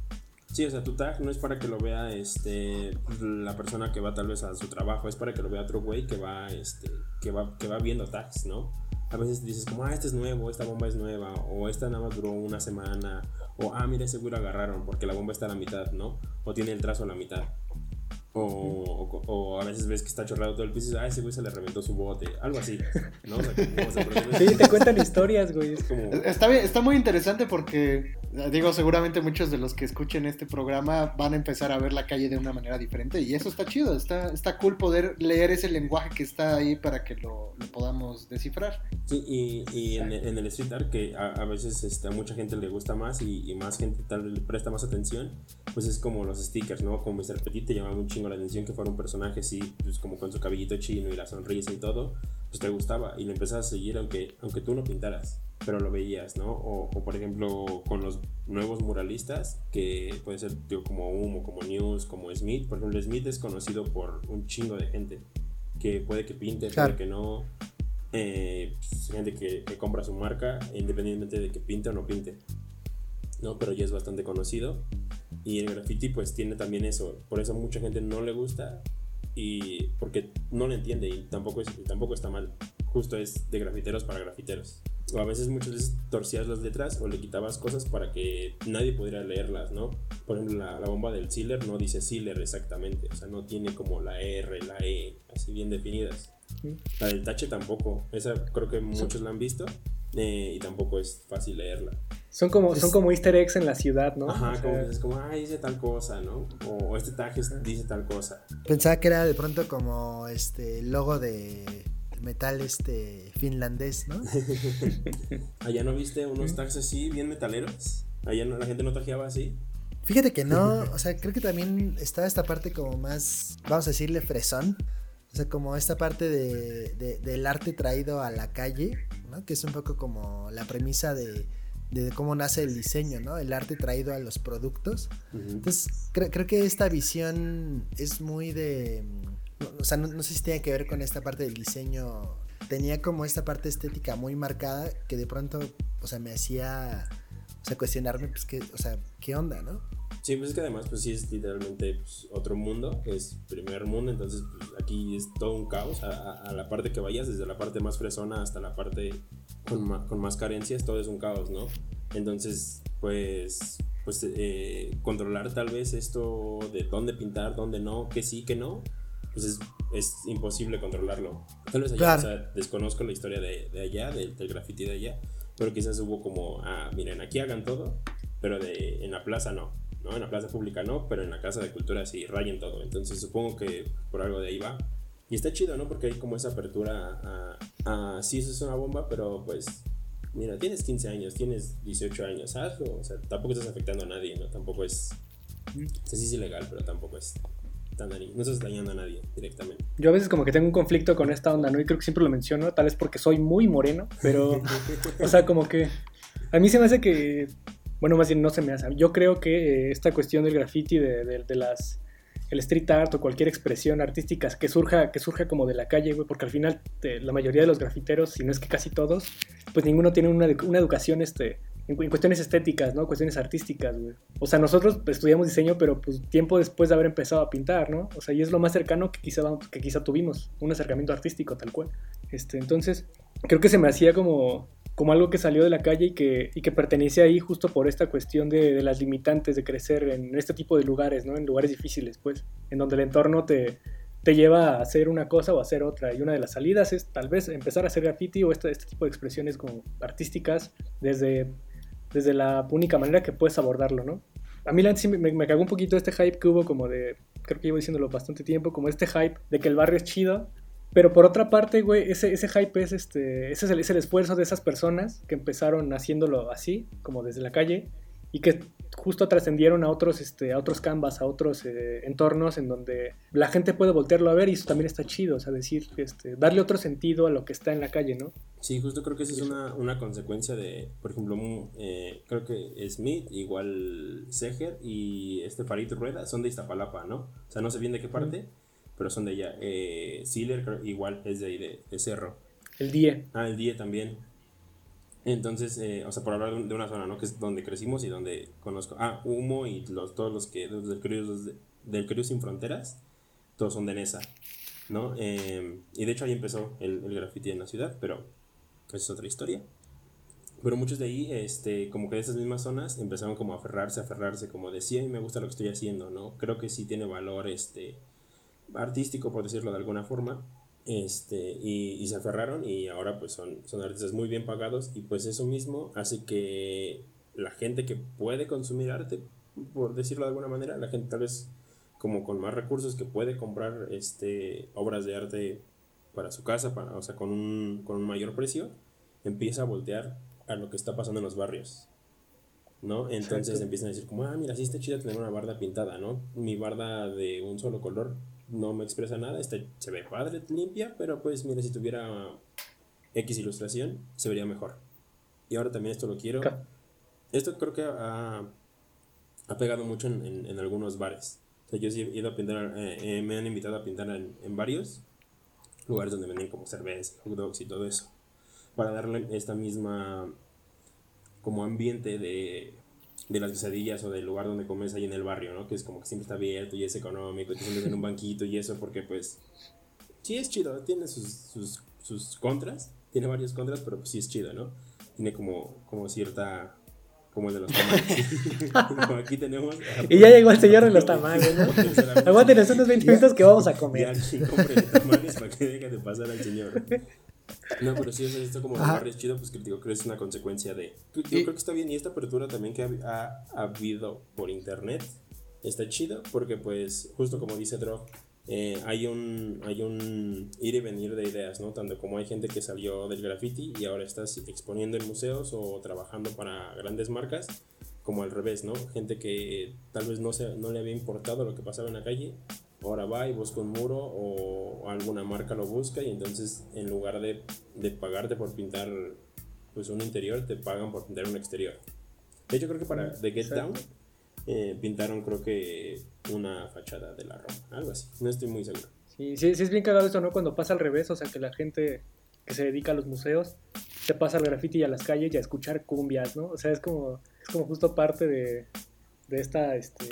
Sí, o sea, tu tag no es para que lo vea este la persona que va tal vez a su trabajo, es para que lo vea otro güey que va este que va que va viendo tags, ¿no? A veces dices como, ah, este es nuevo, esta bomba es nueva, o esta nada más duró una semana, o ah, mira, seguro agarraron porque la bomba está a la mitad, ¿no? O tiene el trazo a la mitad. O, o, o a veces ves que está chorrado todo el piso y dices, ah, ese güey se le reventó su bote, algo así, ¿no? O sea, como, o sea, sí, te cuentan historias, güey. Es como... está, bien, está muy interesante porque, digo, seguramente muchos de los que escuchen este programa van a empezar a ver la calle de una manera diferente y eso está chido, está, está cool poder leer ese lenguaje que está ahí para que lo, lo podamos descifrar. Sí, y, y en, en el street art, que a, a veces este, a mucha gente le gusta más y, y más gente tal vez le presta más atención, pues es como los stickers, ¿no? Como mister Petit te llamaba un chingo la atención que fuera un personaje así, pues como con su cabellito chino y la sonrisa y todo, pues te gustaba y lo empezabas a seguir aunque, aunque tú no pintaras, pero lo veías, ¿no? O, o por ejemplo con los nuevos muralistas, que puede ser tío, como Humo, como News, como Smith. Por ejemplo, Smith es conocido por un chingo de gente que puede que pinte, claro. Puede que no, eh, pues, gente que, que compra su marca independientemente de que pinte o no pinte, ¿no? Pero ya es bastante conocido. Y el graffiti pues tiene también eso, por eso mucha gente no le gusta y porque no lo entiende y tampoco, es, tampoco está mal, justo es de grafiteros para grafiteros. O a veces muchas veces torcías las letras o le quitabas cosas para que nadie pudiera leerlas, ¿no? Por ejemplo, la, la bomba del Sealer no dice Sealer exactamente, o sea, no tiene como la R, la E, así bien definidas. La del tache tampoco, esa creo que muchos la han visto eh, y tampoco es fácil leerla. Son como, son como easter eggs en la ciudad, ¿no? Ajá, o sea, como es como, ah, dice tal cosa, ¿no? O, o este tag dice tal cosa. Pensaba que era de pronto como este logo de metal este finlandés, ¿no? ¿Allá no viste unos tags así, bien metaleros? ¿Allá no, la gente no tajeaba así? Fíjate que no, o sea, creo que también estaba esta parte como más, vamos a decirle fresón. O sea, como esta parte de, de, del arte traído a la calle, ¿no? Que es un poco como la premisa de... de cómo nace el diseño, ¿no? El arte traído a los productos. Uh-huh. Entonces, cre- creo que esta visión es muy de... No, o sea, no, no sé si tiene que ver con esta parte del diseño. Tenía como esta parte estética muy marcada que de pronto, o sea, me hacía o sea, cuestionarme, pues, qué, o sea, qué onda, ¿no? Sí, pues es que además, pues sí es literalmente pues, otro mundo, es primer mundo, entonces pues, aquí es todo un caos, a, a, a la parte que vayas, desde la parte más fresona hasta la parte con, ma, con más carencias, todo es un caos, ¿no? Entonces, pues, pues eh, controlar tal vez esto de dónde pintar, dónde no, que sí, que no, pues es, es imposible controlarlo. Tal vez allá, claro. O sea, desconozco la historia de, de allá, del, del graffiti de allá, pero quizás hubo como, ah, miren, aquí hagan todo, pero de, en la plaza no. ¿no? En la plaza pública no, pero en la casa de cultura sí, rayen todo. Entonces supongo que por algo de ahí va. Y está chido, ¿no? Porque hay como esa apertura a, a, a sí, eso es una bomba, pero pues, mira, tienes quince años, tienes dieciocho años, hazlo. O sea, tampoco estás afectando a nadie, ¿no? Tampoco es, o sea, sí es ilegal, pero tampoco es tan, no estás dañando a nadie directamente. Yo a veces como que tengo un conflicto con esta onda, ¿no? Y creo que siempre lo menciono, tal vez porque soy muy moreno, pero, o sea, como que a mí se me hace que... Bueno, más bien no se me hace. Yo creo que eh, esta cuestión del graffiti, de, de, de las, el street art o cualquier expresión artística que surja, que surja como de la calle, güey, porque al final eh, la mayoría de los grafiteros, si no es que casi todos, pues ninguno tiene una, una educación este, en, en cuestiones estéticas, ¿no? Cuestiones artísticas, güey. O sea, nosotros estudiamos diseño, pero pues tiempo después de haber empezado a pintar, ¿no? O sea, y es lo más cercano que quizá, que quizá tuvimos, un acercamiento artístico tal cual. Este, entonces, creo que se me hacía como... como algo que salió de la calle y que, y que pertenece ahí justo por esta cuestión de, de las limitantes de crecer en este tipo de lugares, ¿no? En lugares difíciles, pues, en donde el entorno te, te lleva a hacer una cosa o a hacer otra, y una de las salidas es tal vez empezar a hacer graffiti o este, este tipo de expresiones como artísticas desde, desde la única manera que puedes abordarlo, ¿no? A mí la sí me, me cagó un poquito este hype que hubo como de, creo que llevo diciéndolo bastante tiempo, como este hype de que el barrio es chido. Pero por otra parte, güey, ese, ese hype es, este, ese es el, es el esfuerzo de esas personas que empezaron haciéndolo así, como desde la calle, y que justo trascendieron a otros, este, a otros canvas, a otros eh, entornos en donde la gente puede voltearlo a ver y eso también está chido, o sea, decir, este, darle otro sentido a lo que está en la calle, ¿no? Sí, justo creo que esa es una, una consecuencia de, por ejemplo, eh, creo que Smith, igual Seger y este Farid Rueda son de Iztapalapa, ¿no? O sea, no sé bien de qué parte, mm. pero son de allá. Eh, Sealer igual es de ahí, de, de Cerro. El D I E. Ah, el D I E también. Entonces, eh, o sea, por hablar de una zona, ¿no? Que es donde crecimos y donde conozco. Ah, Humo y los, todos los que, los del Crew, los de, del Crew Sin Fronteras, todos son de Nesa, ¿no? Eh, y de hecho ahí empezó el, el graffiti en la ciudad, pero esa es otra historia. Pero muchos de ahí, este, como que de esas mismas zonas, empezaron como a aferrarse, a aferrarse, como de sí, a mí me gusta lo que estoy haciendo, ¿no? Creo que sí tiene valor, este... artístico, por decirlo de alguna forma, este, y, y se aferraron y ahora pues son, son artistas muy bien pagados y pues eso mismo hace que la gente que puede consumir arte, por decirlo de alguna manera, la gente tal vez como con más recursos que puede comprar este, obras de arte para su casa, para, o sea, con un, con un mayor precio, empieza a voltear a lo que está pasando en los barrios, ¿no? Entonces Exacto. empiezan a decir como, ah, mira, sí está chido tener una barda pintada, ¿no? Mi barda de un solo color no me expresa nada, está, se ve padre, limpia, pero pues mira, si tuviera X ilustración, se vería mejor. Y ahora también esto lo quiero. ¿Qué? Esto creo que ha, ha pegado mucho en, en, en algunos bares. O sea, yo sí he ido a pintar, eh, eh, me han invitado a pintar en, en varios lugares donde venden como cerveza, hot dogs y todo eso, para darle esta misma como ambiente de... de las quesadillas o del lugar donde comes ahí en el barrio, ¿no? Que es como que siempre está abierto y es económico, y te sientes en un banquito y eso, porque pues sí es chido, tiene sus, sus, sus contras, tiene varios contras, pero pues sí es chido, ¿no? Tiene como, como cierta, como el de los tamales. Como aquí tenemos... Y ya llegó el señor de los tamales, ¿no? Aguántenos unos veinte minutos que vamos a comer. Ya, sí, compren tamales para que deje de pasar al señor. No, pero sí, o sea, esto como de barrio es chido, pues que digo, creo que es una consecuencia de... Yo creo que está bien, y esta apertura también que ha, ha, ha habido por internet está chido, porque pues, justo como dice Drog, eh, hay un hay un ir y venir de ideas, ¿no? Tanto como hay gente que salió del graffiti y ahora está exponiendo en museos o trabajando para grandes marcas, como al revés, ¿no? Gente que tal vez no, se, no le había importado lo que pasaba en la calle, ahora va y busca un muro o alguna marca lo busca y entonces en lugar de, de pagarte por pintar pues un interior, te pagan por pintar un exterior. De hecho creo que para The Get Down eh, pintaron creo que una fachada de la Roma, algo así, no estoy muy seguro. Sí, sí, sí es bien cagado eso, ¿no? Cuando pasa al revés, o sea que la gente que se dedica a los museos se pasa al graffiti y a las calles y a escuchar cumbias, ¿no? O sea, es como, es como justo parte de, de esta, este,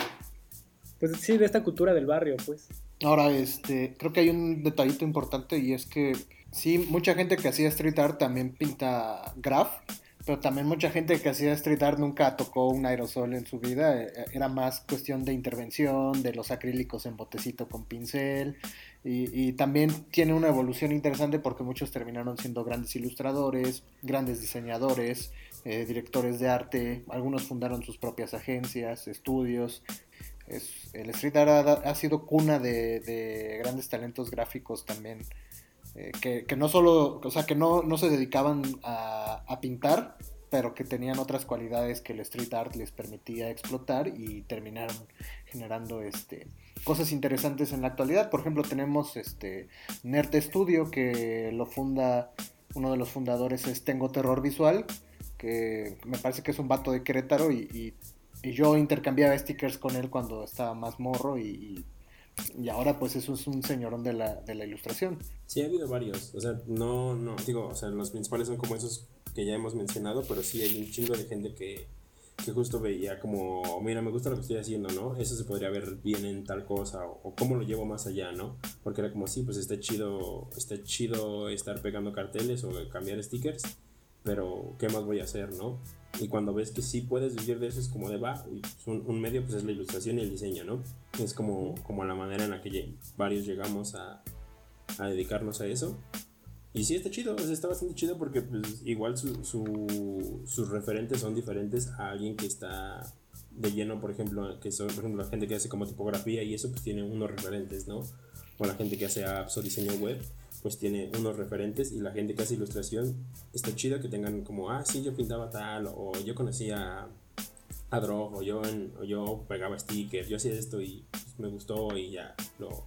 pues sí, de esta cultura del barrio, pues. Ahora, este, creo que hay un detallito importante y es que sí, mucha gente que hacía street art también pinta graph, pero también mucha gente que hacía street art nunca tocó un aerosol en su vida, era más cuestión de intervención, de los acrílicos en botecito con pincel, y, y también tiene una evolución interesante porque muchos terminaron siendo grandes ilustradores, grandes diseñadores, eh, directores de arte, algunos fundaron sus propias agencias, estudios. Es, el street art ha, ha sido cuna de, de grandes talentos gráficos también, eh, que, que no solo, o sea, que no, no se dedicaban a, a pintar, pero que tenían otras cualidades que el street art les permitía explotar y terminaron generando este, cosas interesantes en la actualidad. Por ejemplo, tenemos este Nerd Studio, que lo funda, uno de los fundadores es Tengo Terror Visual, que me parece que es un vato de Querétaro y, y Y yo intercambiaba stickers con él cuando estaba más morro y, y ahora pues eso es un señorón de la, de la ilustración. Sí, ha habido varios, o sea, no, no, digo, o sea, los principales son como esos que ya hemos mencionado, pero sí hay un chingo de gente que, que justo veía como, mira, me gusta lo que estoy haciendo, ¿no? Eso se podría ver bien en tal cosa, o, o cómo lo llevo más allá, ¿no? Porque era como, sí, pues está chido, está chido estar pegando carteles o cambiar stickers, pero ¿qué más voy a hacer, no? Y cuando ves que sí puedes vivir de eso, es como de va, un, un medio pues es la ilustración y el diseño, ¿no? Es como, como la manera en la que varios llegamos a, a dedicarnos a eso. Y sí está chido, o sea, está bastante chido porque pues igual su, su, sus referentes son diferentes a alguien que está de lleno, por ejemplo, que son, por ejemplo, la gente que hace como tipografía y eso pues tiene unos referentes, ¿no? O la gente que hace apps o diseño web, pues tiene unos referentes, y la gente que hace ilustración está chido que tengan como, ah, sí, yo pintaba tal, o yo conocía a Drog, o yo, en, o yo pegaba stickers, yo hacía esto y pues, me gustó y ya lo,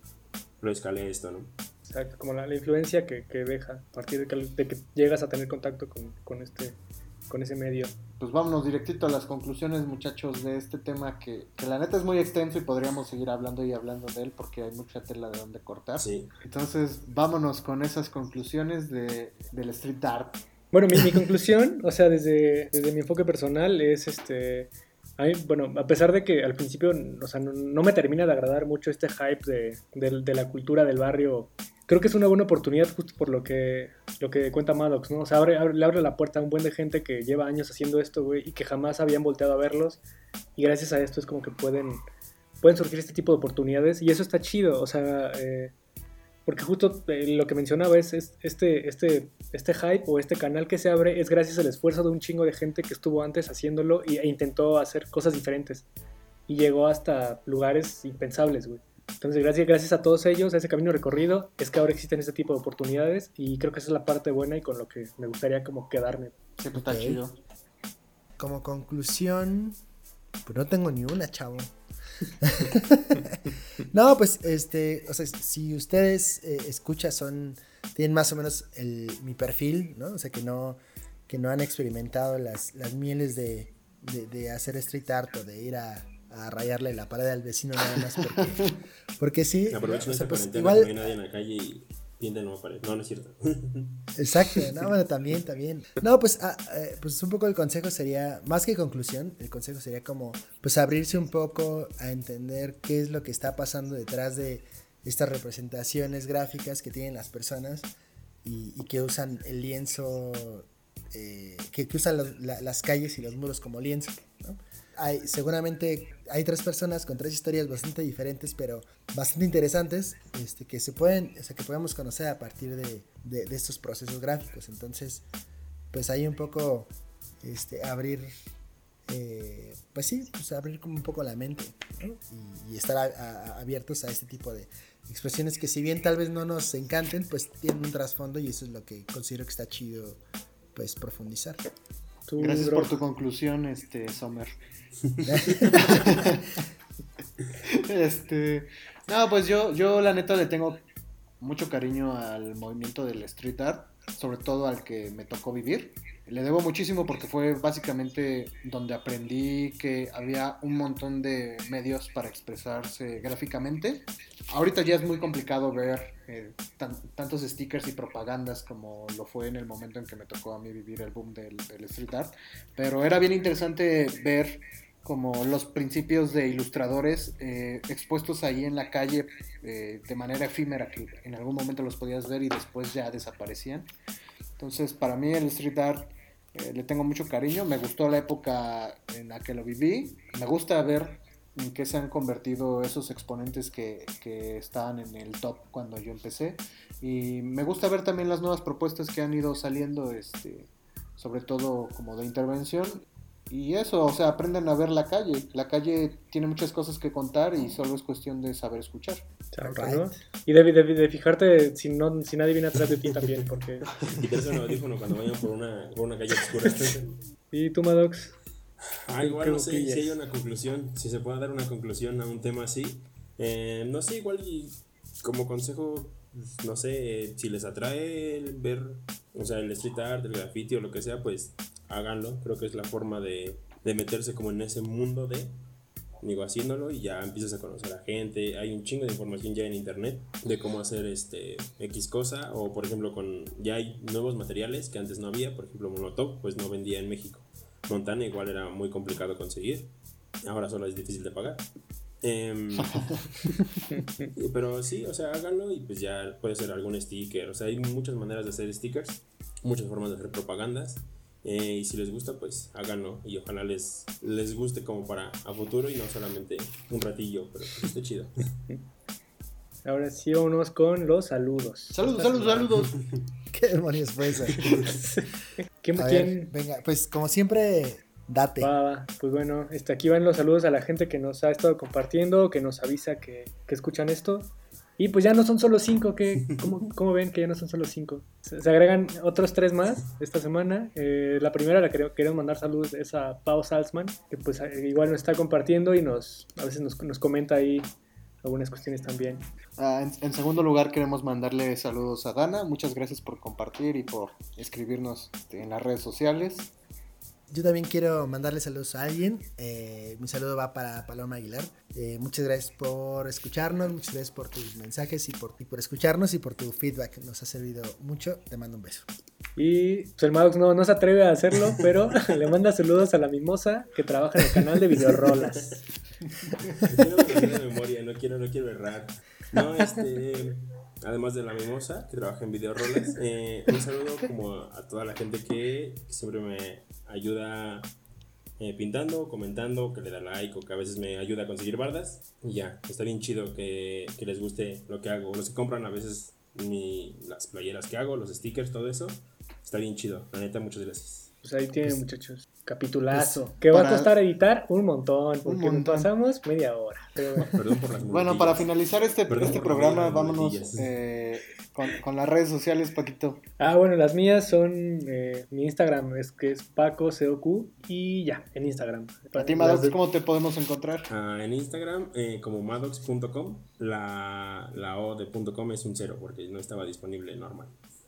lo escalé esto, ¿no? Exacto, como la, la influencia que, que deja a partir de que, de que llegas a tener contacto con, con, este, con ese medio. Pues vámonos directito a las conclusiones, muchachos, de este tema que, que la neta es muy extenso y podríamos seguir hablando y hablando de él porque hay mucha tela de donde cortar. Sí. Entonces vámonos con esas conclusiones de, del street art. Bueno, mi, mi conclusión, o sea, desde, desde mi enfoque personal es este... A mí, bueno, a pesar de que al principio, o sea, no, no me termina de agradar mucho este hype de, de, de la cultura del barrio, creo que es una buena oportunidad justo por lo que, lo que cuenta Maddox, ¿no? O sea, abre, abre, le abre la puerta a un buen de gente que lleva años haciendo esto, güey, y que jamás habían volteado a verlos, y gracias a esto es como que pueden, pueden surgir este tipo de oportunidades, y eso está chido, o sea, eh, porque justo eh, lo que mencionaba es, es este, este, este hype o este canal que se abre es gracias al esfuerzo de un chingo de gente que estuvo antes haciéndolo y, e intentó hacer cosas diferentes, y llegó hasta lugares impensables, güey. Entonces, gracias, gracias a todos ellos, a ese camino recorrido, es que ahora existen este tipo de oportunidades, y creo que esa es la parte buena y con lo que me gustaría como quedarme. Sí, pues está Ok. chido. Como conclusión, pues no tengo ni una, chavo. No, pues, este, o sea, si ustedes eh, escuchan, son, tienen más o menos el, mi perfil, ¿no? O sea, que no, que no han experimentado las, las mieles de, de, de hacer street art o de ir a, a rayarle la pared al vecino nada más porque, porque sí. Aprovechen O sea, esta pues, cuarentena igual, que no hay nadie en la calle y pinten una pared. No, no es cierto. exacto, no, bueno, también, también. No, pues, ah, eh, pues un poco el consejo sería, más que conclusión, el consejo sería como, pues abrirse un poco a entender qué es lo que está pasando detrás de estas representaciones gráficas que tienen las personas y, y que usan el lienzo, eh, que, que usan los, la, las calles y los muros como lienzo, ¿no? Hay, seguramente hay tres personas con tres historias bastante diferentes, pero bastante interesantes, este, que se pueden, o sea, que podemos conocer a partir de, de, de estos procesos gráficos. Entonces, pues ahí un poco, este, abrir, eh, pues sí, pues abrir como un poco la mente, ¿no? y, y estar a, a, abiertos a este tipo de expresiones que, si bien tal vez no nos encanten, pues tienen un trasfondo, y eso es lo que considero que está chido, pues profundizar. Tú, Gracias bro. por tu conclusión, este, Sommer. este, no, pues yo, yo la neta le tengo mucho cariño al movimiento del street art, sobre todo al que me tocó vivir. Le debo muchísimo porque fue básicamente donde aprendí que había un montón de medios para expresarse gráficamente. Ahorita ya es muy complicado ver eh, tan, tantos stickers y propagandas como lo fue en el momento en que me tocó a mí vivir el boom del, del street art, pero era bien interesante ver como los principios de ilustradores eh, expuestos ahí en la calle eh, de manera efímera, que en algún momento los podías ver y después ya desaparecían. Entonces, para mí el street art eh, le tengo mucho cariño. Me gustó la época en la que lo viví. Me gusta ver en qué se han convertido esos exponentes que, que estaban en el top cuando yo empecé. Y me gusta ver también las nuevas propuestas que han ido saliendo, este, sobre todo como de intervención. Y eso, o sea, aprenden a ver la calle. La calle tiene muchas cosas que contar y solo es cuestión de saber escuchar. Exacto, ¿no? Y de, de, de fijarte si, no, si nadie viene atrás de ti también, porque... Quitarse un audífono cuando vayan por una, por una calle oscura. ¿Y tú, Maddox? Ah, igual no sé si hay una conclusión, si se puede dar una conclusión a un tema así. Eh, no sé, igual y como consejo, no sé, si les atrae ver, o sea, el street art, el graffiti o lo que sea, pues háganlo. Creo que es la forma de, de meterse como en ese mundo de, digo, haciéndolo y ya empiezas a conocer a gente. Hay un chingo de información ya en internet de cómo hacer este X cosa, o por ejemplo con ya hay nuevos materiales que antes no había. Por ejemplo, Molotov pues no vendía en México. Montana igual era muy complicado conseguir, ahora solo es difícil de pagar. Eh, pero sí, o sea, háganlo y pues ya puede ser algún sticker. O sea, hay muchas maneras de hacer stickers, muchas formas de hacer propagandas. Eh, y si les gusta, pues háganlo y ojalá les, les guste como para a futuro y no solamente un ratillo, pero pues, esté chido. Ahora sí, vámonos con los saludos. Saludos, saludos, saludos. ¿Qué demonios fue eso? ¿Quién? A quién? ver, venga, pues como siempre, date. Va, va. Pues bueno, este, aquí van los saludos a la gente que nos ha estado compartiendo, que nos avisa que, que escuchan esto. Y pues ya no son solo cinco, que, ¿cómo, ¿cómo ven que ya no son solo cinco? Se, se agregan otros tres más esta semana. Eh, la primera, la que queremos mandar saludos, es a Pau Salzman, que pues igual nos está compartiendo y nos a veces nos, nos comenta ahí algunas cuestiones también. Uh, en, en segundo lugar, queremos mandarle saludos a Dana. Muchas gracias por compartir y por escribirnos en las redes sociales. Yo también quiero mandarle saludos a alguien. Eh, mi saludo va para Paloma Aguilar. Eh, muchas gracias por escucharnos, muchas gracias por tus mensajes y por, y por escucharnos y por tu feedback. Nos ha servido mucho. Te mando un beso. Y pues el Maddox no, no se atreve a hacerlo, pero le manda saludos a la Mimosa que trabaja en el canal de Videorolas. Quiero aprender de memoria, no quiero, no quiero errar. No, este, además de la Mimosa que trabaja en Videorolas, eh, un saludo como a toda la gente que siempre me ayuda eh, pintando, comentando, que le da like o que a veces me ayuda a conseguir bardas. Y ya, está bien chido que, que les guste lo que hago. Los que compran a veces mi, las playeras que hago, los stickers, todo eso. Está bien chido, la neta, muchas gracias. Pues ahí tienen, Pues, muchachos. Capitulazo. pues, que va para- a costar editar un montón, porque Un nos montón. pasamos media hora. Pero bueno. Perdón por las Bueno, muletillas. para finalizar este, Perdón este por programa, las vámonos muletillas. eh, con, con las redes sociales, Paquito. Ah, bueno, las mías son eh, mi Instagram, es que es Paco C O Q y ya, en Instagram. A ti, Las Maddox, de- ¿cómo te podemos encontrar? Ah, en Instagram eh, como maddox punto com, la, la O de .com es un cero porque no estaba disponible normal.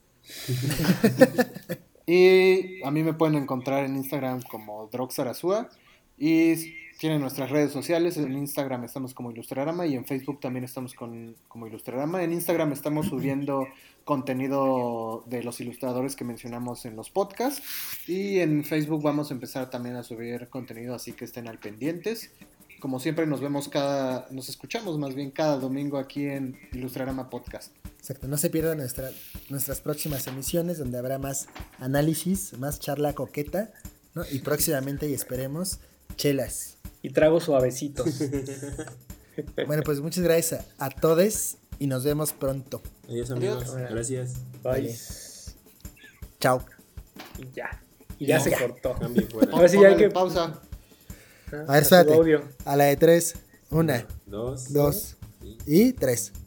Y a mí me pueden encontrar en Instagram como Droxarazua. Y tienen nuestras redes sociales. En Instagram estamos como Ilustrarama y en Facebook también estamos con, como Ilustrarama. En Instagram estamos subiendo contenido de los ilustradores que mencionamos en los podcasts. Y en Facebook vamos a empezar también a subir contenido, así que estén al pendientes. Como siempre nos vemos cada, nos escuchamos más bien cada domingo aquí en Ilustrarama Podcast. Exacto, no se pierdan nuestra, nuestras próximas emisiones donde habrá más análisis, más charla coqueta, ¿no? Y próximamente, y esperemos, chelas. Y tragos suavecitos. Bueno, pues muchas gracias a, a todos y nos vemos pronto. Adiós amigos, Adiós. gracias. Bye. Vale. Chao. Y ya. Y ya Y se ya. cortó. Cambio fuera. Ahora sí ya hay Póngale que... pausa. Ah, A ver, su espérate. audio. A la de tres, una, Dos. dos y tres.